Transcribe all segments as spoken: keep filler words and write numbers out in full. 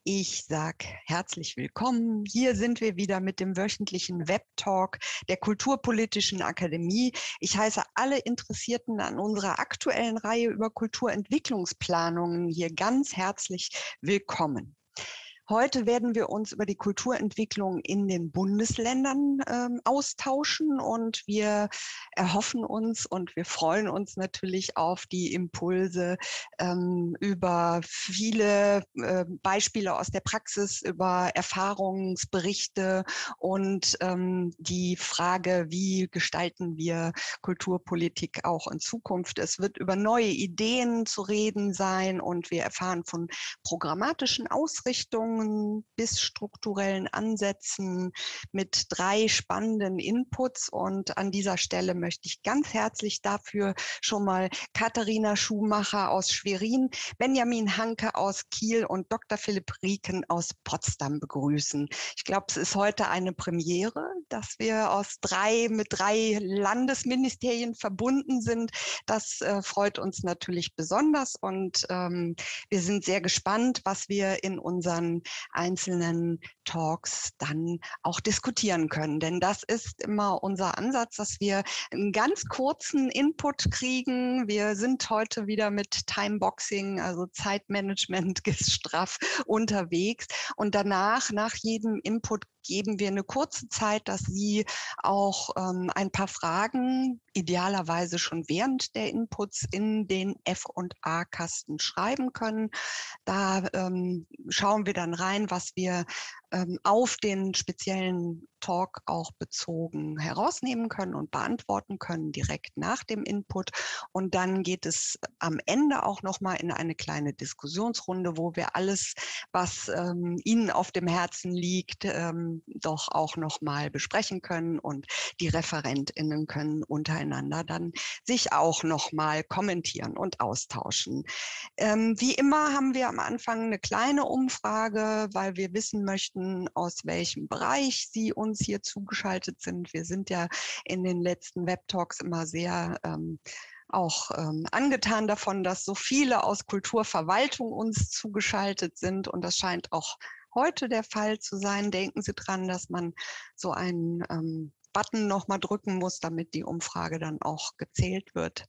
Ich sage herzlich willkommen. Hier sind wir wieder mit dem wöchentlichen Webtalk der Kulturpolitischen Akademie. Ich heiße alle Interessierten an unserer aktuellen Reihe über Kulturentwicklungsplanungen hier ganz herzlich willkommen. Heute werden wir uns über die Kulturentwicklung in den Bundesländern ähm, austauschen und wir erhoffen uns und wir freuen uns natürlich auf die Impulse ähm, über viele äh, Beispiele aus der Praxis, über Erfahrungsberichte und ähm, die Frage, wie gestalten wir Kulturpolitik auch in Zukunft. Es wird über neue Ideen zu reden sein und wir erfahren von programmatischen Ausrichtungen bis strukturellen Ansätzen mit drei spannenden Inputs. Und an dieser Stelle möchte ich ganz herzlich dafür schon mal Katharina Schumacher aus Schwerin, Benjamin Hanke aus Kiel und Doktor Philipp Rieken aus Potsdam begrüßen. Ich glaube, es ist heute eine Premiere, dass wir aus drei, mit drei Landesministerien verbunden sind. Das äh, freut uns natürlich besonders und ähm, wir sind sehr gespannt, was wir in unseren einzelnen Talks dann auch diskutieren können. Denn das ist immer unser Ansatz, dass wir einen ganz kurzen Input kriegen. Wir sind heute wieder mit Timeboxing, also Zeitmanagement straff unterwegs. Und danach, nach jedem Input, geben wir eine kurze Zeit, dass Sie auch ähm, ein paar Fragen, idealerweise schon während der Inputs, in den F und A-Kasten schreiben können. Da ähm, schauen wir dann rein, was wir ähm, auf den speziellen Talk auch bezogen herausnehmen können und beantworten können direkt nach dem Input. Und dann geht es am Ende auch nochmal in eine kleine Diskussionsrunde, wo wir alles, was ähm, Ihnen auf dem Herzen liegt, ähm, doch auch nochmal besprechen können. Und die ReferentInnen können untereinander dann sich auch nochmal kommentieren und austauschen. Ähm, wie immer haben wir am Anfang eine kleine Umfrage, weil wir wissen möchten, aus welchem Bereich Sie uns hier zugeschaltet sind. Wir sind ja in den letzten Webtalks immer sehr ähm, auch ähm, angetan davon, dass so viele aus Kulturverwaltung uns zugeschaltet sind. Und das scheint auch heute der Fall zu sein. Denken Sie dran, dass man so einen ähm, Button nochmal drücken muss, damit die Umfrage dann auch gezählt wird.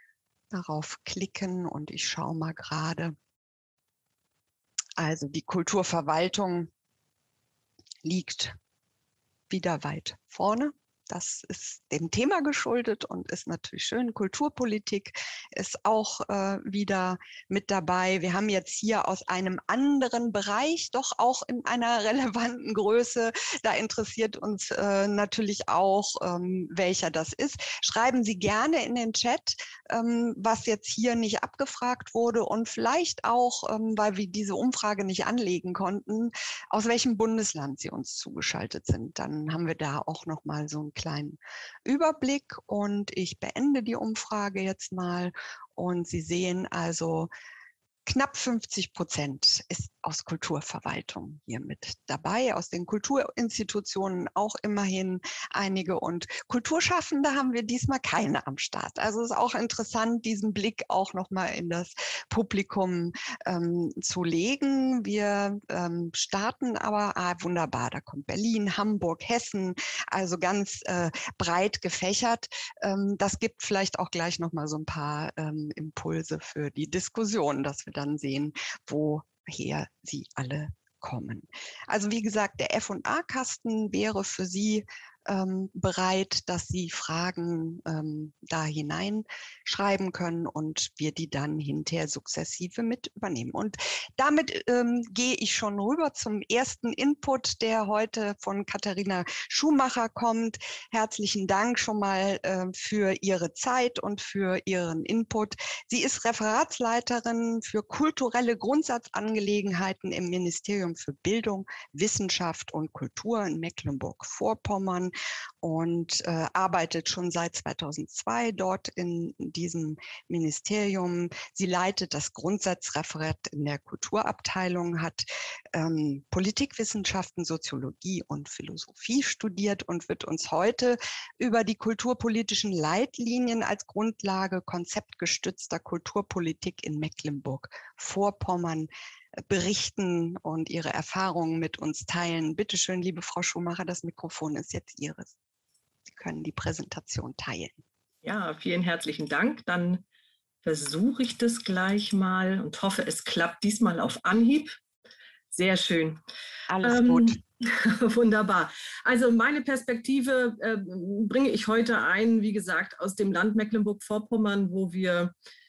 Darauf klicken und ich schaue mal gerade. Also die Kulturverwaltung liegt wieder weit vorne. Das ist dem Thema geschuldet und ist natürlich schön. Kulturpolitik ist auch äh, wieder mit dabei. Wir haben jetzt hier aus einem anderen Bereich, doch auch in einer relevanten Größe. Da interessiert uns äh, natürlich auch, ähm, welcher das ist. Schreiben Sie gerne in den Chat, ähm, was jetzt hier nicht abgefragt wurde und vielleicht auch, ähm, weil wir diese Umfrage nicht anlegen konnten, aus welchem Bundesland Sie uns zugeschaltet sind. Dann haben wir da auch noch mal so ein kleinen Überblick und ich beende die Umfrage jetzt mal und Sie sehen also, knapp fünfzig Prozent ist aus Kulturverwaltung hier mit dabei, aus den Kulturinstitutionen auch immerhin einige und Kulturschaffende haben wir diesmal keine am Start. Also es ist auch interessant, diesen Blick auch nochmal in das Publikum ähm, zu legen. Wir ähm, starten aber, ah, wunderbar, da kommt Berlin, Hamburg, Hessen, also ganz äh, breit gefächert. Ähm, das gibt vielleicht auch gleich nochmal so ein paar ähm, Impulse für die Diskussion, dass wir dann sehen, woher sie alle kommen. Also wie gesagt, der F und A-Kasten wäre für Sie ähm, bereit, dass Sie Fragen ähm, da hineinschreiben können und wir die dann hinterher sukzessive mit übernehmen. Und damit ähm, gehe ich schon rüber zum ersten Input, der heute von Katharina Schumacher kommt. Herzlichen Dank schon mal äh, für Ihre Zeit und für Ihren Input. Sie ist Referatsleiterin für kulturelle Grundsatzangelegenheiten im Ministerium für Bildung, Wissenschaft und Kultur in Mecklenburg-Vorpommern und äh, arbeitet schon seit zweitausendzwei dort in diesem Ministerium. Sie leitet das Grundsatzreferat in der Kulturabteilung, hat ähm, Politikwissenschaften, Soziologie und Philosophie studiert und wird uns heute über die kulturpolitischen Leitlinien als Grundlage konzeptgestützter Kulturpolitik in Mecklenburg-Vorpommern berichten und ihre Erfahrungen mit uns teilen. Bitte schön, liebe Frau Schumacher, das Mikrofon ist jetzt Ihres. Sie können die Präsentation teilen. Ja, vielen herzlichen Dank. Dann versuche ich das gleich mal und hoffe, es klappt diesmal auf Anhieb. Sehr schön. Alles ähm, gut. Wunderbar. Also meine Perspektive äh, bringe ich heute ein, wie gesagt, aus dem Land Mecklenburg-Vorpommern, wo wir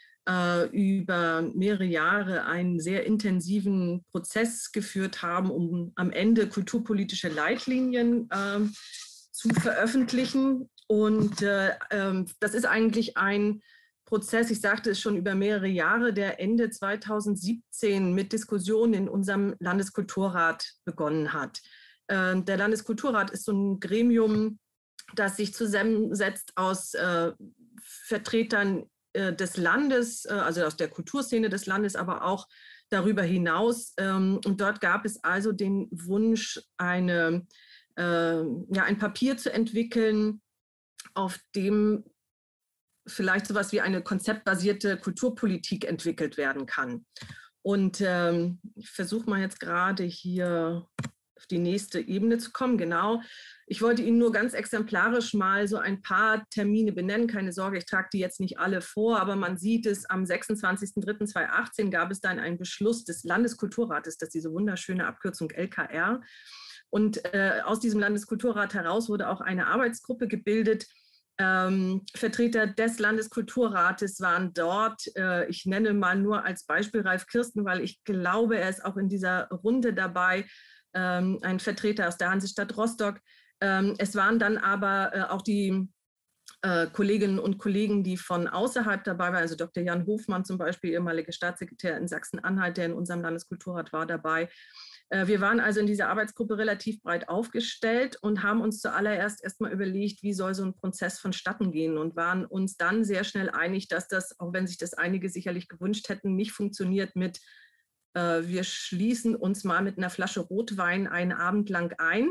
äh, über mehrere Jahre einen sehr intensiven Prozess geführt haben, um am Ende kulturpolitische Leitlinien äh, zu veröffentlichen. Und äh, äh, das ist eigentlich ein Prozess, ich sagte es schon, über mehrere Jahre, der Ende zweitausendsiebzehn mit Diskussionen in unserem Landeskulturrat begonnen hat. Äh, der Landeskulturrat ist so ein Gremium, das sich zusammensetzt aus äh, Vertretern äh, des Landes, äh, also aus der Kulturszene des Landes, aber auch darüber hinaus. Ähm, und dort gab es also den Wunsch, eine, äh, ja, ein Papier zu entwickeln, auf dem vielleicht sowas wie eine konzeptbasierte Kulturpolitik entwickelt werden kann. Und ähm, ich versuche mal jetzt gerade hier auf die nächste Ebene zu kommen. Genau. Ich wollte Ihnen nur ganz exemplarisch mal so ein paar Termine benennen. Keine Sorge, ich trage die jetzt nicht alle vor, aber man sieht es, am sechsundzwanzigsten dritten zweitausendachtzehn gab es dann einen Beschluss des Landeskulturrates, das ist diese wunderschöne Abkürzung L K R. Und äh, aus diesem Landeskulturrat heraus wurde auch eine Arbeitsgruppe gebildet. Ähm, Vertreter des Landeskulturrates waren dort. Äh, ich nenne mal nur als Beispiel Ralf Kirsten, weil ich glaube, er ist auch in dieser Runde dabei, ähm, ein Vertreter aus der Hansestadt Rostock. Ähm, es waren dann aber äh, auch die äh, Kolleginnen und Kollegen, die von außerhalb dabei waren, also Doktor Jan Hofmann zum Beispiel, ehemaliger Staatssekretär in Sachsen-Anhalt, der in unserem Landeskulturrat war, dabei. Wir waren also in dieser Arbeitsgruppe relativ breit aufgestellt und haben uns zuallererst erstmal überlegt, wie soll so ein Prozess vonstatten gehen, und waren uns dann sehr schnell einig, dass das, auch wenn sich das einige sicherlich gewünscht hätten, nicht funktioniert mit, äh, wir schließen uns mal mit einer Flasche Rotwein einen Abend lang ein,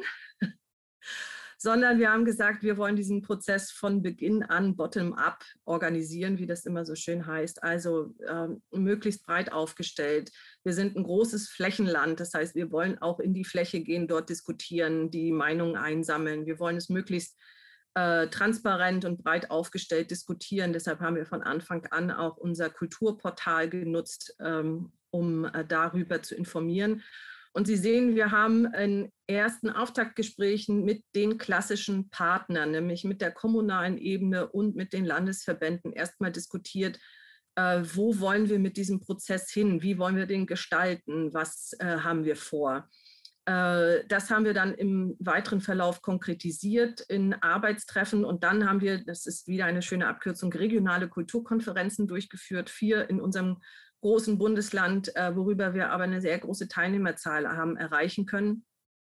sondern wir haben gesagt, wir wollen diesen Prozess von Beginn an bottom-up organisieren, wie das immer so schön heißt, also äh, möglichst breit aufgestellt. Wir sind ein großes Flächenland, das heißt, wir wollen auch in die Fläche gehen, dort diskutieren, die Meinungen einsammeln. Wir wollen es möglichst äh, transparent und breit aufgestellt diskutieren. Deshalb haben wir von Anfang an auch unser Kulturportal genutzt, ähm, um äh, darüber zu informieren. Und Sie sehen, wir haben in ersten Auftaktgesprächen mit den klassischen Partnern, nämlich mit der kommunalen Ebene und mit den Landesverbänden, erstmal diskutiert, äh, wo wollen wir mit diesem Prozess hin, wie wollen wir den gestalten, was äh, haben wir vor. Äh, das haben wir dann im weiteren Verlauf konkretisiert in Arbeitstreffen, und dann haben wir, das ist wieder eine schöne Abkürzung, regionale Kulturkonferenzen durchgeführt, vier in unserem großen Bundesland, äh, worüber wir aber eine sehr große Teilnehmerzahl haben erreichen können.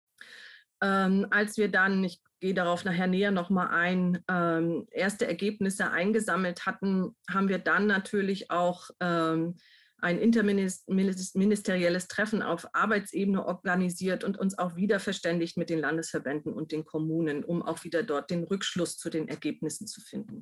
Ähm, als wir dann, ich gehe darauf nachher näher nochmal ein, ähm, erste Ergebnisse eingesammelt hatten, haben wir dann natürlich auch ähm, ein interministerielles Treffen auf Arbeitsebene organisiert und uns auch wieder verständigt mit den Landesverbänden und den Kommunen, um auch wieder dort den Rückschluss zu den Ergebnissen zu finden.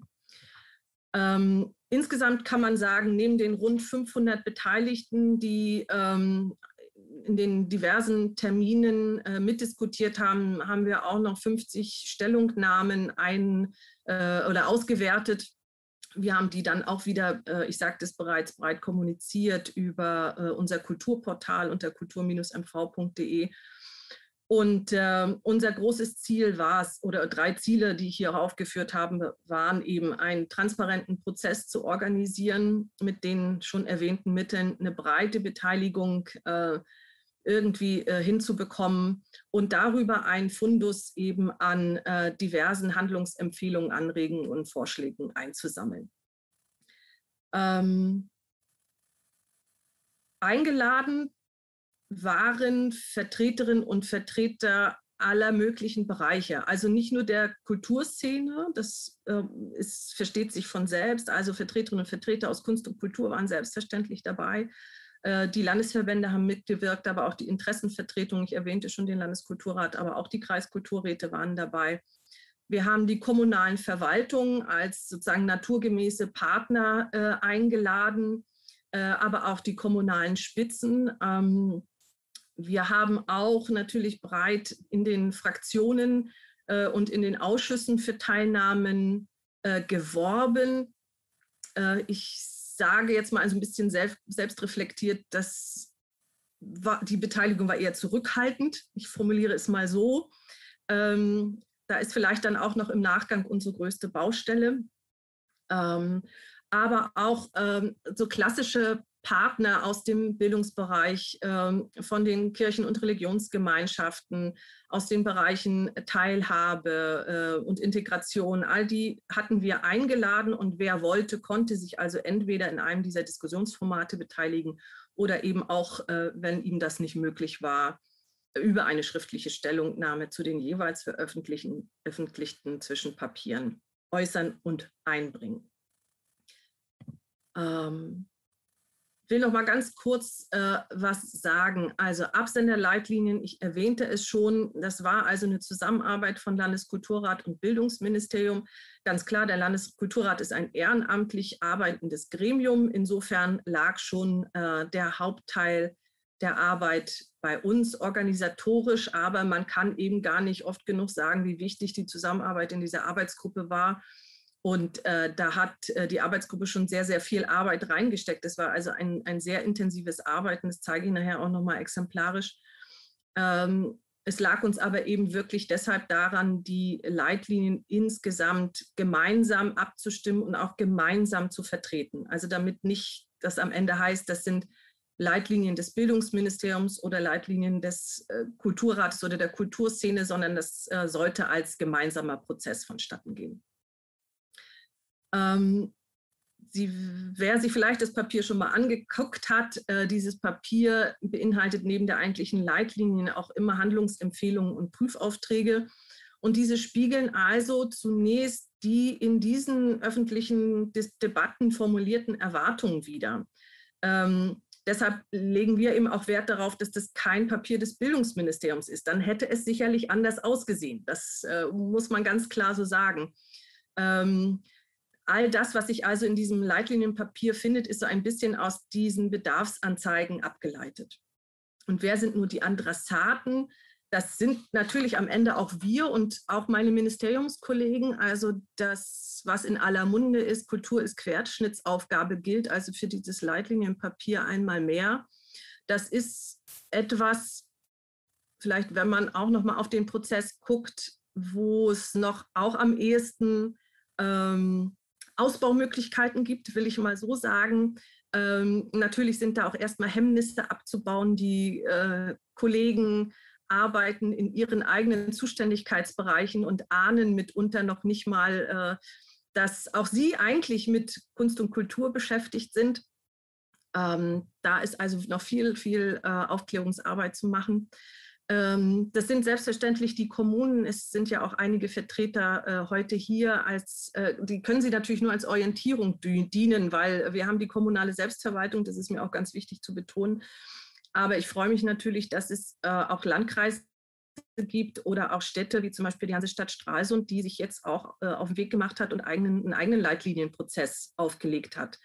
Ähm, insgesamt kann man sagen, neben den rund fünfhundert Beteiligten, die ähm, in den diversen Terminen äh, mitdiskutiert haben, haben wir auch noch fünfzig Stellungnahmen ein, äh, oder ausgewertet. Wir haben die dann auch wieder, äh, ich sagte es bereits, breit kommuniziert über äh, unser Kulturportal unter kultur Bindestrich m v punkt de. Und äh, unser großes Ziel war es, oder drei Ziele, die ich hier aufgeführt habe, waren eben, einen transparenten Prozess zu organisieren, mit den schon erwähnten Mitteln eine breite Beteiligung äh, irgendwie äh, hinzubekommen und darüber einen Fundus eben an äh, diversen Handlungsempfehlungen, Anregungen und Vorschlägen einzusammeln. Ähm, eingeladen waren Vertreterinnen und Vertreter aller möglichen Bereiche, also nicht nur der Kulturszene, das äh, ist, versteht sich von selbst, also Vertreterinnen und Vertreter aus Kunst und Kultur waren selbstverständlich dabei. Äh, die Landesverbände haben mitgewirkt, aber auch die Interessenvertretung, ich erwähnte schon den Landeskulturrat, aber auch die Kreiskulturräte waren dabei. Wir haben die kommunalen Verwaltungen als sozusagen naturgemäße Partner äh, eingeladen. aber auch die kommunalen Spitzen. Wir haben auch natürlich breit in den Fraktionen und in den Ausschüssen für Teilnahmen geworben. Ich sage jetzt mal also ein bisschen selbst, selbstreflektiert, dass die Beteiligung war eher zurückhaltend. Ich formuliere es mal so. Ähm, da ist vielleicht dann auch noch im Nachgang unsere größte Baustelle. Ähm, aber auch ähm, so klassische Partner aus dem Bildungsbereich, ähm, von den Kirchen- und Religionsgemeinschaften, aus den Bereichen Teilhabe äh, und Integration, all die hatten wir eingeladen und wer wollte, konnte sich also entweder in einem dieser Diskussionsformate beteiligen oder eben auch, äh, wenn ihm das nicht möglich war, über eine schriftliche Stellungnahme zu den jeweils veröffentlichten öffentlichten Zwischenpapieren äußern und einbringen. Ähm, Ich will noch mal ganz kurz äh, was sagen. Also Absenderleitlinien, ich erwähnte es schon, das war also eine Zusammenarbeit von Landeskulturrat und Bildungsministerium. Ganz klar, der Landeskulturrat ist ein ehrenamtlich arbeitendes Gremium. Insofern lag schon äh, der Hauptteil der Arbeit bei uns organisatorisch, aber man kann eben gar nicht oft genug sagen, wie wichtig die Zusammenarbeit in dieser Arbeitsgruppe war. Und äh, da hat äh, die Arbeitsgruppe schon sehr, sehr viel Arbeit reingesteckt. Das war also ein, ein sehr intensives Arbeiten. Das zeige ich nachher auch nochmal exemplarisch. Ähm, es lag uns aber eben wirklich deshalb daran, die Leitlinien insgesamt gemeinsam abzustimmen und auch gemeinsam zu vertreten. Also damit nicht das am Ende heißt, das sind Leitlinien des Bildungsministeriums oder Leitlinien des äh, Kulturrates oder der Kulturszene, sondern das äh, sollte als gemeinsamer Prozess vonstatten gehen. Ähm, Sie, wer sich vielleicht das Papier schon mal angeguckt hat, äh, dieses Papier beinhaltet neben der eigentlichen Leitlinien auch immer Handlungsempfehlungen und Prüfaufträge. Und diese spiegeln also zunächst die in diesen öffentlichen Dis- Debatten formulierten Erwartungen wider. Ähm, deshalb legen wir eben auch Wert darauf, dass das kein Papier des Bildungsministeriums ist. Dann hätte es sicherlich anders ausgesehen. Das äh, muss man ganz klar so sagen. Ähm, All das, was sich also in diesem Leitlinienpapier findet, ist so ein bisschen aus diesen Bedarfsanzeigen abgeleitet. Und wer sind nur die Adressaten? Das sind natürlich am Ende auch wir und auch meine Ministeriumskollegen. Also das, was in aller Munde ist, Kultur ist Querschnittsaufgabe, gilt also für dieses Leitlinienpapier einmal mehr. Das ist etwas, vielleicht wenn man auch noch mal auf den Prozess guckt, wo es noch auch am ehesten ähm, Ausbaumöglichkeiten gibt, will ich mal so sagen. Ähm, natürlich sind da auch erstmal Hemmnisse abzubauen. Die äh, Kollegen arbeiten in ihren eigenen Zuständigkeitsbereichen und ahnen mitunter noch nicht mal, äh, dass auch sie eigentlich mit Kunst und Kultur beschäftigt sind. Ähm, da ist also noch viel, viel äh, Aufklärungsarbeit zu machen. Das sind selbstverständlich die Kommunen. Es sind ja auch einige Vertreter äh, heute hier. Als, äh, die können Sie natürlich nur als Orientierung dienen, weil wir haben die kommunale Selbstverwaltung. Das ist mir auch ganz wichtig zu betonen. Aber ich freue mich natürlich, dass es äh, auch Landkreise gibt oder auch Städte, wie zum Beispiel die Hansestadt Stralsund, die sich jetzt auch äh, auf den Weg gemacht hat und eigenen, einen eigenen Leitlinienprozess aufgelegt hat.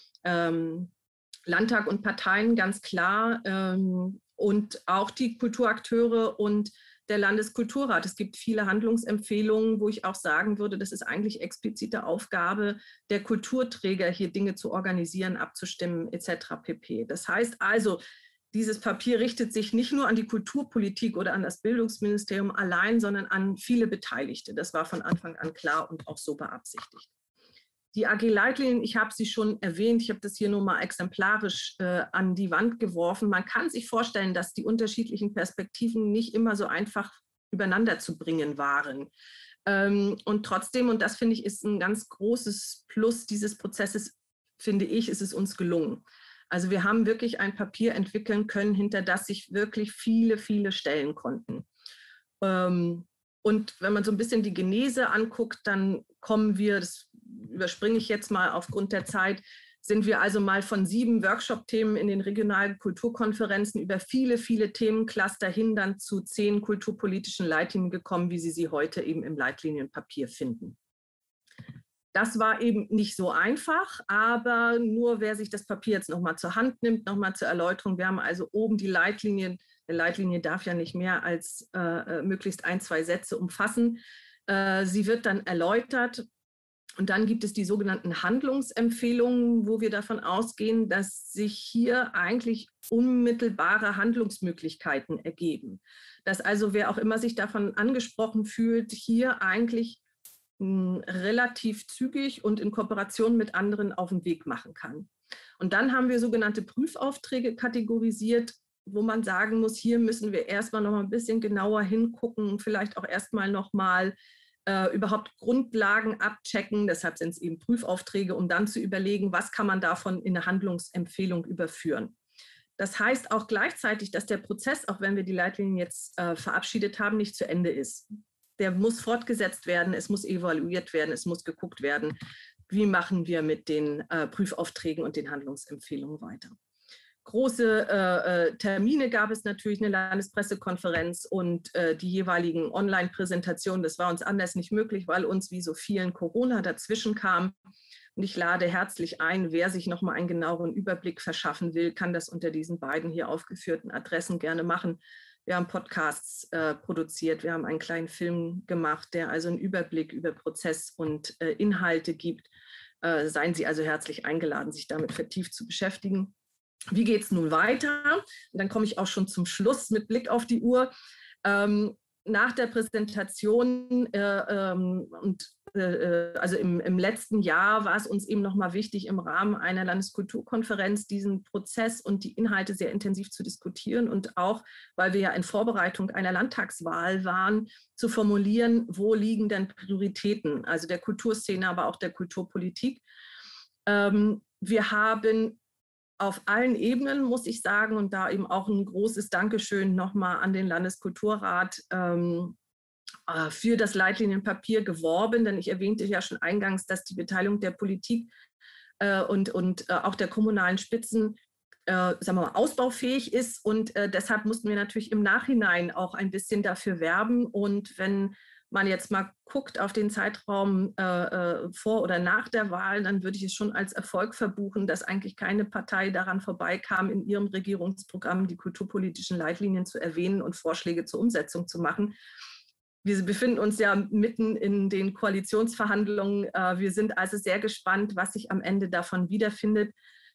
Ähm, Landtag und Parteien, ganz klar. Ähm, und auch die Kulturakteure und der Landeskulturrat. Es gibt viele Handlungsempfehlungen, wo ich auch sagen würde, das ist eigentlich explizite Aufgabe der Kulturträger, hier Dinge zu organisieren, abzustimmen et cetera pp. Das heißt also, dieses Papier richtet sich nicht nur an die Kulturpolitik oder an das Bildungsministerium allein, sondern an viele Beteiligte. Das war von Anfang an klar und auch so beabsichtigt. Die A G-Leitlinien, ich habe sie schon erwähnt, ich habe das hier nur mal exemplarisch äh, an die Wand geworfen. Man kann sich vorstellen, dass die unterschiedlichen Perspektiven nicht immer so einfach übereinander zu bringen waren. Ähm, und trotzdem, und das finde ich ist ein ganz großes Plus dieses Prozesses, finde ich, ist es uns gelungen. Also wir haben wirklich ein Papier entwickeln können, hinter das sich wirklich viele, viele stellen konnten. Ähm, und wenn man so ein bisschen die Genese anguckt, dann kommen wir, das überspringe ich jetzt mal aufgrund der Zeit, sind wir also mal von sieben Workshop-Themen in den regionalen Kulturkonferenzen über viele, viele Themencluster hin dann zu zehn kulturpolitischen Leitlinien gekommen, wie Sie sie heute eben im Leitlinienpapier finden. Das war eben nicht so einfach, aber nur wer sich das Papier jetzt nochmal zur Hand nimmt, nochmal zur Erläuterung. Wir haben also oben die Leitlinien. Eine Leitlinie darf ja nicht mehr als äh, möglichst ein, zwei Sätze umfassen. Äh, sie wird dann erläutert. Und dann gibt es die sogenannten Handlungsempfehlungen, wo wir davon ausgehen, dass sich hier eigentlich unmittelbare Handlungsmöglichkeiten ergeben. Dass also wer auch immer sich davon angesprochen fühlt, hier eigentlich mh, relativ zügig und in Kooperation mit anderen auf den Weg machen kann. Und dann haben wir sogenannte Prüfaufträge kategorisiert, wo man sagen muss, hier müssen wir erstmal noch mal ein bisschen genauer hingucken, vielleicht auch erstmal noch mal Äh, überhaupt Grundlagen abchecken, deshalb sind es eben Prüfaufträge, um dann zu überlegen, was kann man davon in eine Handlungsempfehlung überführen. Das heißt auch gleichzeitig, dass der Prozess, auch wenn wir die Leitlinien jetzt äh, verabschiedet haben, nicht zu Ende ist. Der muss fortgesetzt werden, es muss evaluiert werden, es muss geguckt werden, wie machen wir mit den äh, Prüfaufträgen und den Handlungsempfehlungen weiter. Große äh, Termine gab es natürlich, eine Landespressekonferenz und äh, die jeweiligen Online-Präsentationen. Das war uns anders nicht möglich, weil uns wie so vielen Corona dazwischen kam. Und ich lade herzlich ein, wer sich noch mal einen genaueren Überblick verschaffen will, kann das unter diesen beiden hier aufgeführten Adressen gerne machen. Wir haben Podcasts äh, produziert, wir haben einen kleinen Film gemacht, der also einen Überblick über Prozess und äh, Inhalte gibt. Äh, seien Sie also herzlich eingeladen, sich damit vertieft zu beschäftigen. Wie geht es nun weiter? Und dann komme ich auch schon zum Schluss mit Blick auf die Uhr. Ähm, nach der Präsentation äh, ähm, und äh, also im, im letzten Jahr war es uns eben nochmal wichtig, im Rahmen einer Landeskulturkonferenz diesen Prozess und die Inhalte sehr intensiv zu diskutieren und auch, weil wir ja in Vorbereitung einer Landtagswahl waren, zu formulieren, wo liegen denn Prioritäten, also der Kulturszene, aber auch der Kulturpolitik. Ähm, wir haben auf allen Ebenen, muss ich sagen, und da eben auch ein großes Dankeschön nochmal an den Landeskulturrat ähm, äh, für das Leitlinienpapier geworben, denn ich erwähnte ja schon eingangs, dass die Beteiligung der Politik äh, und, und äh, auch der kommunalen Spitzen äh, sagen wir mal, ausbaufähig ist und äh, deshalb mussten wir natürlich im Nachhinein auch ein bisschen dafür werben und wenn man jetzt mal guckt auf den Zeitraum äh, vor oder nach der Wahl, dann würde ich es schon als Erfolg verbuchen, dass eigentlich keine Partei daran vorbeikam, in ihrem Regierungsprogramm die kulturpolitischen Leitlinien zu erwähnen und Vorschläge zur Umsetzung zu machen. Wir befinden uns ja mitten in den Koalitionsverhandlungen. Äh, wir sind also sehr gespannt, was sich am Ende davon wiederfindet.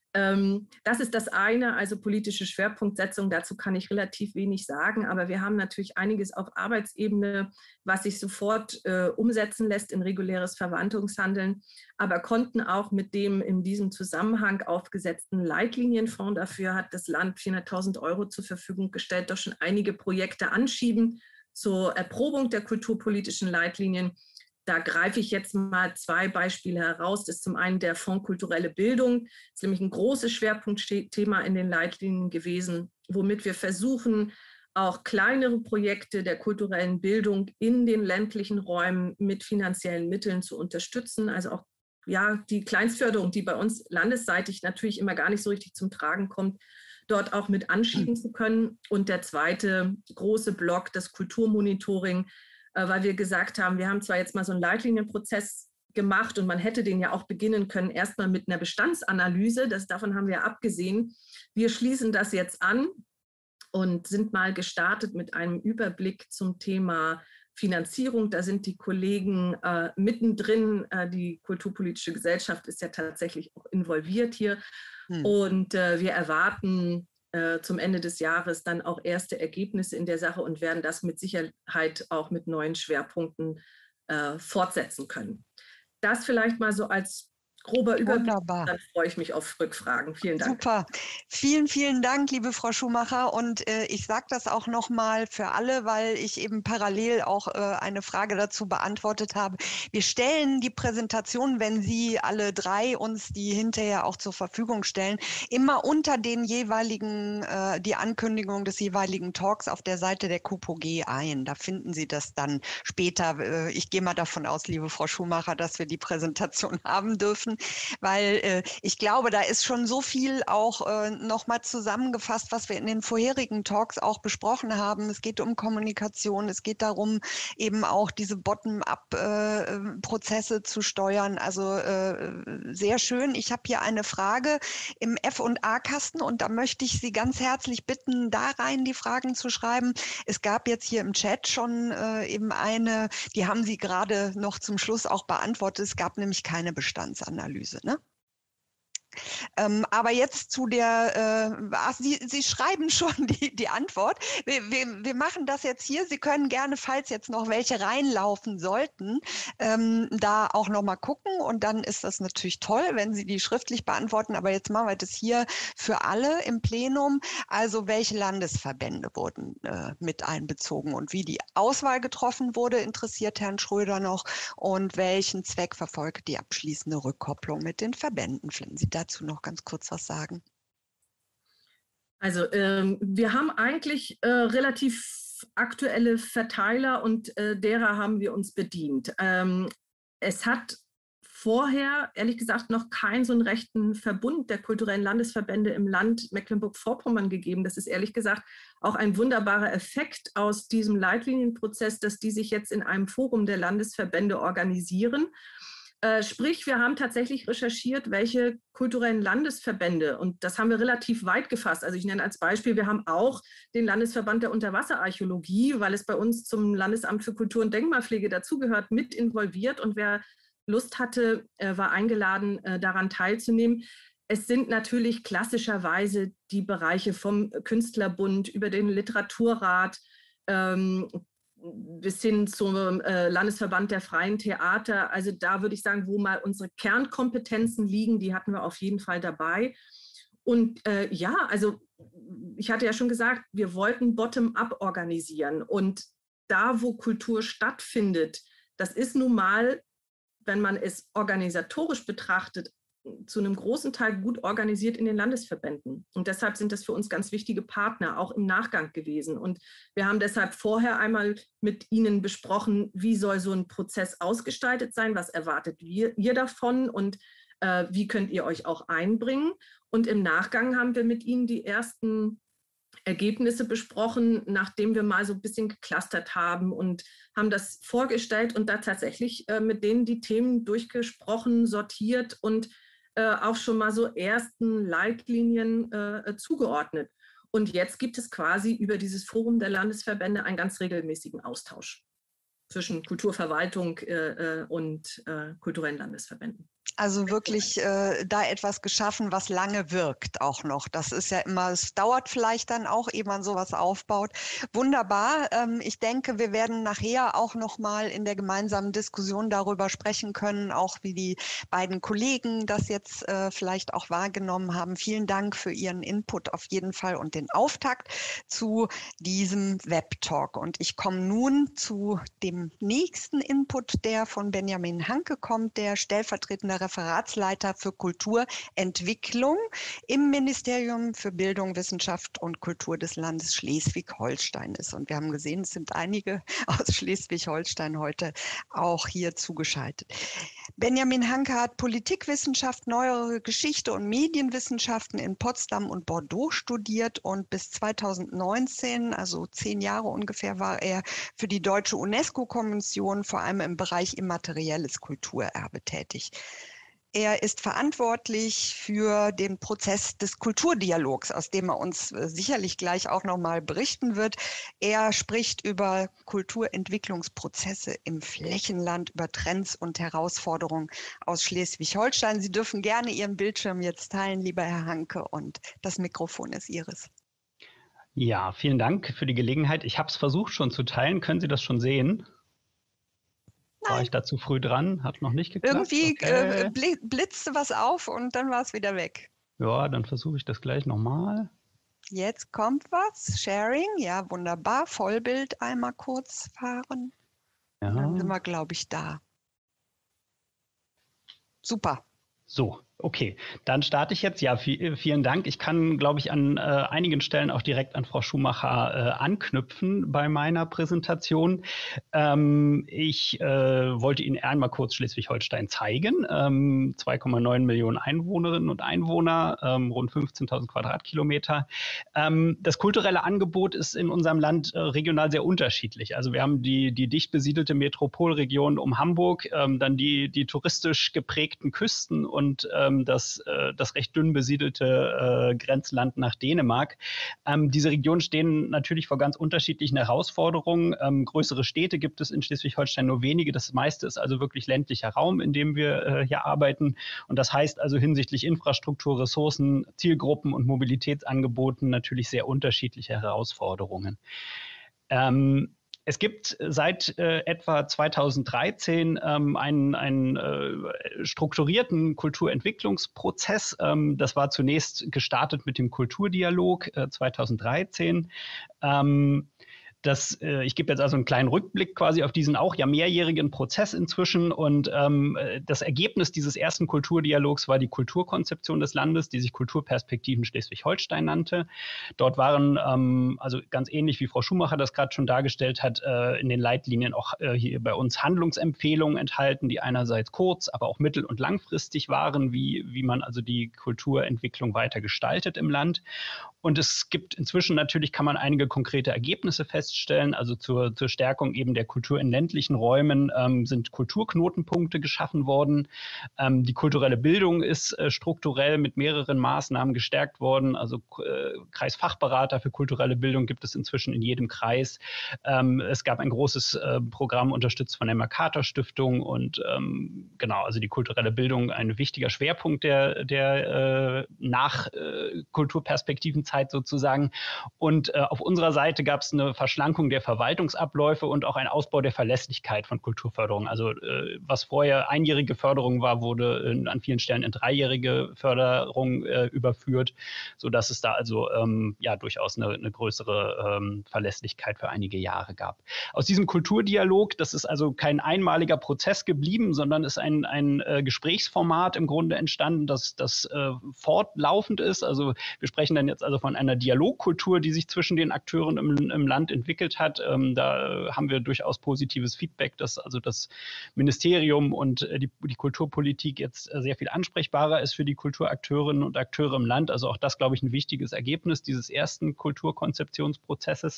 Das ist das eine, also politische Schwerpunktsetzung, dazu kann ich relativ wenig sagen, aber wir haben natürlich einiges auf Arbeitsebene, was sich sofort äh, umsetzen lässt in reguläres Verwaltungshandeln, aber konnten auch mit dem in diesem Zusammenhang aufgesetzten Leitlinienfonds, dafür hat das Land vierhunderttausend Euro zur Verfügung gestellt, doch schon einige Projekte anschieben zur Erprobung der kulturpolitischen Leitlinien. Da greife ich jetzt mal zwei Beispiele heraus. Das ist zum einen der Fonds Kulturelle Bildung. Das ist nämlich ein großes Schwerpunktthema in den Leitlinien gewesen, womit wir versuchen, auch kleinere Projekte der kulturellen Bildung in den ländlichen Räumen mit finanziellen Mitteln zu unterstützen. Also auch ja, die Kleinstförderung, die bei uns landesseitig natürlich immer gar nicht so richtig zum Tragen kommt, dort auch mit anschieben zu können. Und der zweite große Block, das Kulturmonitoring, weil wir gesagt haben, wir haben zwar jetzt mal so einen Leitlinienprozess gemacht und man hätte den ja auch beginnen können, erstmal mit einer Bestandsanalyse, das, davon haben wir abgesehen. Wir schließen das jetzt an und sind mal gestartet mit einem Überblick zum Thema Finanzierung. Da sind die Kollegen äh, mittendrin, äh, die Kulturpolitische Gesellschaft ist ja tatsächlich auch involviert hier hm. und äh, wir erwarten zum Ende des Jahres dann auch erste Ergebnisse in der Sache und werden das mit Sicherheit auch mit neuen Schwerpunkten äh, fortsetzen können. Das vielleicht mal so als grober Überblick. Wunderbar. Dann freue ich mich auf Rückfragen. Vielen Dank. Super. Vielen, vielen Dank, liebe Frau Schumacher. Und äh, ich sage das auch nochmal für alle, weil ich eben parallel auch äh, eine Frage dazu beantwortet habe. Wir stellen die Präsentation, wenn Sie alle drei uns die hinterher auch zur Verfügung stellen, immer unter den jeweiligen, äh, die Ankündigung des jeweiligen Talks auf der Seite der K U P O G ein. Da finden Sie das dann später. Äh, ich gehe mal davon aus, liebe Frau Schumacher, dass wir die Präsentation haben dürfen. machen, weil äh, ich glaube, da ist schon so viel auch äh, nochmal zusammengefasst, was wir in den vorherigen Talks auch besprochen haben. Es geht um Kommunikation, es geht darum, eben auch diese Bottom-up-Prozesse äh, zu steuern. Also äh, sehr schön. Ich habe hier eine Frage im F und A-Kasten und da möchte ich Sie ganz herzlich bitten, da rein die Fragen zu schreiben. Es gab jetzt hier im Chat schon äh, eben eine, die haben Sie gerade noch zum Schluss auch beantwortet. Es gab nämlich keine Bestandsanalyse, ne? Ähm, aber jetzt zu der, äh, ach, Sie, Sie schreiben schon die, die Antwort. Wir, wir, wir machen das jetzt hier. Sie können gerne, falls jetzt noch welche reinlaufen sollten, ähm, da auch nochmal gucken. Und dann ist das natürlich toll, wenn Sie die schriftlich beantworten. Aber jetzt machen wir das hier für alle im Plenum. Also welche Landesverbände wurden äh, mit einbezogen und wie die Auswahl getroffen wurde, interessiert Herrn Schröder noch. Und welchen Zweck verfolgt die abschließende Rückkopplung mit den Verbänden? Finden Sie dazu noch ganz kurz was sagen? Also ähm, wir haben eigentlich äh, relativ aktuelle Verteiler und äh, derer haben wir uns bedient. Ähm, es hat vorher, ehrlich gesagt, noch keinen so einen rechten Verbund der kulturellen Landesverbände im Land Mecklenburg-Vorpommern gegeben. Das ist ehrlich gesagt auch ein wunderbarer Effekt aus diesem Leitlinienprozess, dass die sich jetzt in einem Forum der Landesverbände organisieren. Äh, sprich, wir haben tatsächlich recherchiert, welche kulturellen Landesverbände, und das haben wir relativ weit gefasst. Also ich nenne als Beispiel, wir haben auch den Landesverband der Unterwasserarchäologie, weil es bei uns zum Landesamt für Kultur und Denkmalpflege dazugehört, mit involviert. Und wer Lust hatte, äh, war eingeladen, äh, daran teilzunehmen. Es sind natürlich klassischerweise die Bereiche vom Künstlerbund über den Literaturrat, ähm, bis hin zum äh, Landesverband der freien Theater. Also da würde ich sagen, wo mal unsere Kernkompetenzen liegen, die hatten wir auf jeden Fall dabei. Und äh, ja, also ich hatte ja schon gesagt, wir wollten bottom-up organisieren. Und da, wo Kultur stattfindet, das ist nun mal, wenn man es organisatorisch betrachtet, zu einem großen Teil gut organisiert in den Landesverbänden. Und deshalb sind das für uns ganz wichtige Partner, auch im Nachgang gewesen. Und wir haben deshalb vorher einmal mit Ihnen besprochen, wie soll so ein Prozess ausgestaltet sein, was erwartet ihr, ihr davon und äh, wie könnt ihr euch auch einbringen. Und im Nachgang haben wir mit Ihnen die ersten Ergebnisse besprochen, nachdem wir mal so ein bisschen geclustert haben und haben das vorgestellt und da tatsächlich äh, mit denen die Themen durchgesprochen, sortiert und äh, auch schon mal so ersten Leitlinien äh, zugeordnet. Und jetzt gibt es quasi über dieses Forum der Landesverbände einen ganz regelmäßigen Austausch zwischen Kulturverwaltung äh, und äh, kulturellen Landesverbänden. Also wirklich äh, da etwas geschaffen, was lange wirkt auch noch. Das ist ja immer, es dauert vielleicht dann auch, ehe man sowas aufbaut. Wunderbar. Ähm, ich denke, wir werden nachher auch noch mal in der gemeinsamen Diskussion darüber sprechen können, auch wie die beiden Kollegen das jetzt äh, vielleicht auch wahrgenommen haben. Vielen Dank für Ihren Input auf jeden Fall und den Auftakt zu diesem Webtalk. Und ich komme nun zu dem nächsten Input, der von Benjamin Hanke kommt, der stellvertretende Referatsleiter für Kulturentwicklung im Ministerium für Bildung, Wissenschaft und Kultur des Landes Schleswig-Holstein ist. Und wir haben gesehen, es sind einige aus Schleswig-Holstein heute auch hier zugeschaltet. Benjamin Hanke hat Politikwissenschaft, neuere Geschichte und Medienwissenschaften in Potsdam und Bordeaux studiert und bis zweitausendneunzehn, also zehn Jahre ungefähr, war er für die Deutsche UNESCO-Kommission vor allem im Bereich immaterielles Kulturerbe tätig. Er ist verantwortlich für den Prozess des Kulturdialogs, aus dem er uns sicherlich gleich auch noch mal berichten wird. Er spricht über Kulturentwicklungsprozesse im Flächenland, über Trends und Herausforderungen aus Schleswig-Holstein. Sie dürfen gerne Ihren Bildschirm jetzt teilen, lieber Herr Hanke, und das Mikrofon ist Ihres. Ja, vielen Dank für die Gelegenheit. Ich habe es versucht schon zu teilen. Können Sie das schon sehen? War ich da zu früh dran? Hat noch nicht geklappt? Irgendwie okay. äh, blitzte was auf und dann war es wieder weg. Ja, dann versuche ich das gleich nochmal. Jetzt kommt was. Sharing, ja, wunderbar. Vollbild einmal kurz fahren. Ja. Und dann sind wir, glaube ich, da. Super. So, Okay, dann starte ich jetzt. Ja, vielen Dank. Ich kann, glaube ich, an äh, einigen Stellen auch direkt an Frau Schumacher äh, anknüpfen bei meiner Präsentation. Ähm, ich äh, wollte Ihnen einmal kurz Schleswig-Holstein zeigen. Ähm, zwei Komma neun Millionen Einwohnerinnen und Einwohner, ähm, rund fünfzehntausend Quadratkilometer. Ähm, das kulturelle Angebot ist in unserem Land äh, regional sehr unterschiedlich. Also wir haben die, die dicht besiedelte Metropolregion um Hamburg, ähm, dann die, die touristisch geprägten Küsten und ähm, Das, das recht dünn besiedelte äh, Grenzland nach Dänemark. Ähm, diese Regionen stehen natürlich vor ganz unterschiedlichen Herausforderungen. Ähm, größere Städte gibt es in Schleswig-Holstein nur wenige. Das meiste ist also wirklich ländlicher Raum, in dem wir äh, hier arbeiten. Und das heißt also hinsichtlich Infrastruktur, Ressourcen, Zielgruppen und Mobilitätsangeboten natürlich sehr unterschiedliche Herausforderungen. Ähm, Es gibt seit äh, etwa zweitausenddreizehn ähm, einen, einen äh, strukturierten Kulturentwicklungsprozess. Ähm, das war zunächst gestartet mit dem Kulturdialog äh, zweitausenddreizehn. Ähm, Das, äh, ich gebe jetzt also einen kleinen Rückblick quasi auf diesen auch ja mehrjährigen Prozess inzwischen. Und ähm, das Ergebnis dieses ersten Kulturdialogs war die Kulturkonzeption des Landes, die sich Kulturperspektiven Schleswig-Holstein nannte. Dort waren, ähm, also ganz ähnlich wie Frau Schumacher das gerade schon dargestellt hat, äh, in den Leitlinien auch äh, hier bei uns Handlungsempfehlungen enthalten, die einerseits kurz, aber auch mittel- und langfristig waren, wie, wie man also die Kulturentwicklung weiter gestaltet im Land. Und es gibt inzwischen natürlich, kann man einige konkrete Ergebnisse feststellen. Also zur, zur Stärkung eben der Kultur in ländlichen Räumen ähm, sind Kulturknotenpunkte geschaffen worden. Ähm, die kulturelle Bildung ist äh, strukturell mit mehreren Maßnahmen gestärkt worden. Also äh, Kreisfachberater für kulturelle Bildung gibt es inzwischen in jedem Kreis. Ähm, es gab ein großes äh, Programm unterstützt von der Mercator-Stiftung. Und ähm, genau, also die kulturelle Bildung ein wichtiger Schwerpunkt der, der äh, nach äh, Kulturperspektiven sozusagen. Und äh, auf unserer Seite gab es eine Verschlankung der Verwaltungsabläufe und auch ein Ausbau der Verlässlichkeit von Kulturförderung. Also äh, was vorher einjährige Förderung war, wurde in, an vielen Stellen in dreijährige Förderung äh, überführt, sodass es da also ähm, ja durchaus eine, eine größere ähm, Verlässlichkeit für einige Jahre gab. Aus diesem Kulturdialog, das ist also kein einmaliger Prozess geblieben, sondern ist ein, ein äh, Gesprächsformat im Grunde entstanden, das, das äh, fortlaufend ist. Also wir sprechen dann jetzt also von einer Dialogkultur, die sich zwischen den Akteuren im, im Land entwickelt hat. Ähm, da haben wir durchaus positives Feedback, dass also das Ministerium und äh, die, die Kulturpolitik jetzt äh, sehr viel ansprechbarer ist für die Kulturakteurinnen und Akteure im Land. Also auch das, glaube ich, ein wichtiges Ergebnis dieses ersten Kulturkonzeptionsprozesses.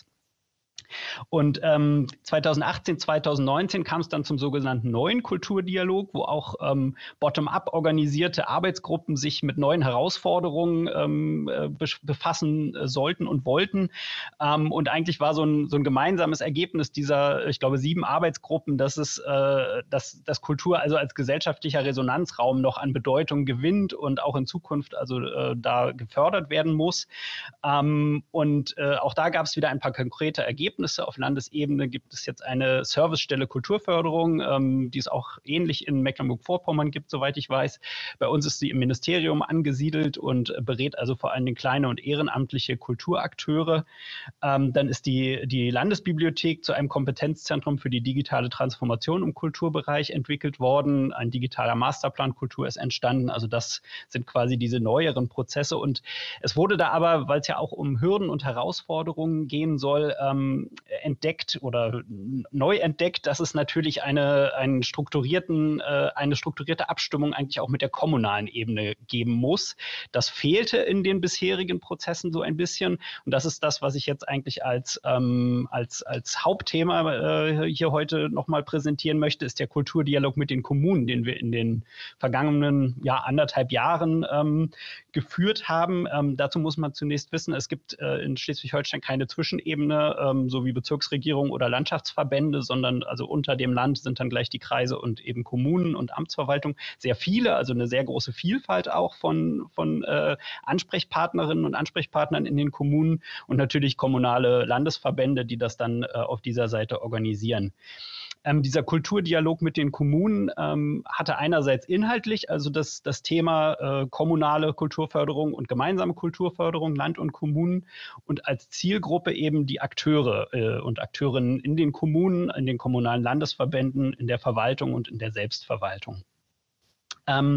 Und ähm, zweitausendachtzehn, zweitausendneunzehn kam es dann zum sogenannten neuen Kulturdialog, wo auch ähm, bottom-up organisierte Arbeitsgruppen sich mit neuen Herausforderungen ähm, befassen sollten und wollten. Ähm, und eigentlich war so ein, so ein gemeinsames Ergebnis dieser, ich glaube, sieben Arbeitsgruppen, dass es, äh, dass, dass Kultur also als gesellschaftlicher Resonanzraum noch an Bedeutung gewinnt und auch in Zukunft also äh, da gefördert werden muss. Ähm, und äh, auch da gab es wieder ein paar konkrete Ergebnisse. Auf Landesebene gibt es jetzt eine Servicestelle Kulturförderung, ähm, die es auch ähnlich in Mecklenburg-Vorpommern gibt, soweit ich weiß. Bei uns ist sie im Ministerium angesiedelt und berät also vor allem kleine und ehrenamtliche Kulturakteure. Ähm, dann ist die, die Landesbibliothek zu einem Kompetenzzentrum für die digitale Transformation im Kulturbereich entwickelt worden. Ein digitaler Masterplan Kultur ist entstanden. Also das sind quasi diese neueren Prozesse. Und es wurde da aber, weil es ja auch um Hürden und Herausforderungen gehen soll, ähm, entdeckt oder neu entdeckt, dass es natürlich eine, einen strukturierten, äh, eine strukturierte Abstimmung eigentlich auch mit der kommunalen Ebene geben muss. Das fehlte in den bisherigen Prozessen so ein bisschen. Und das ist das, was ich jetzt eigentlich als, ähm, als, als Hauptthema äh, hier heute nochmal präsentieren möchte, ist der Kulturdialog mit den Kommunen, den wir in den vergangenen ja, anderthalb Jahren ähm, geführt haben. Ähm, dazu muss man zunächst wissen, es gibt äh, in Schleswig-Holstein keine Zwischenebene, ähm, so wie Bezirksregierung oder Landschaftsverbände, sondern also unter dem Land sind dann gleich die Kreise und eben Kommunen und Amtsverwaltung. Sehr viele, also eine sehr große Vielfalt auch von, von äh, Ansprechpartnerinnen und Ansprechpartnern in den Kommunen und natürlich kommunale Landesverbände, die das dann äh, auf dieser Seite organisieren. Ähm, dieser Kulturdialog mit den Kommunen ähm, hatte einerseits inhaltlich, also das, das Thema äh, kommunale Kulturförderung und gemeinsame Kulturförderung, Land und Kommunen und als Zielgruppe eben die Akteure äh, und Akteurinnen in den Kommunen, in den kommunalen Landesverbänden, in der Verwaltung und in der Selbstverwaltung. Ähm,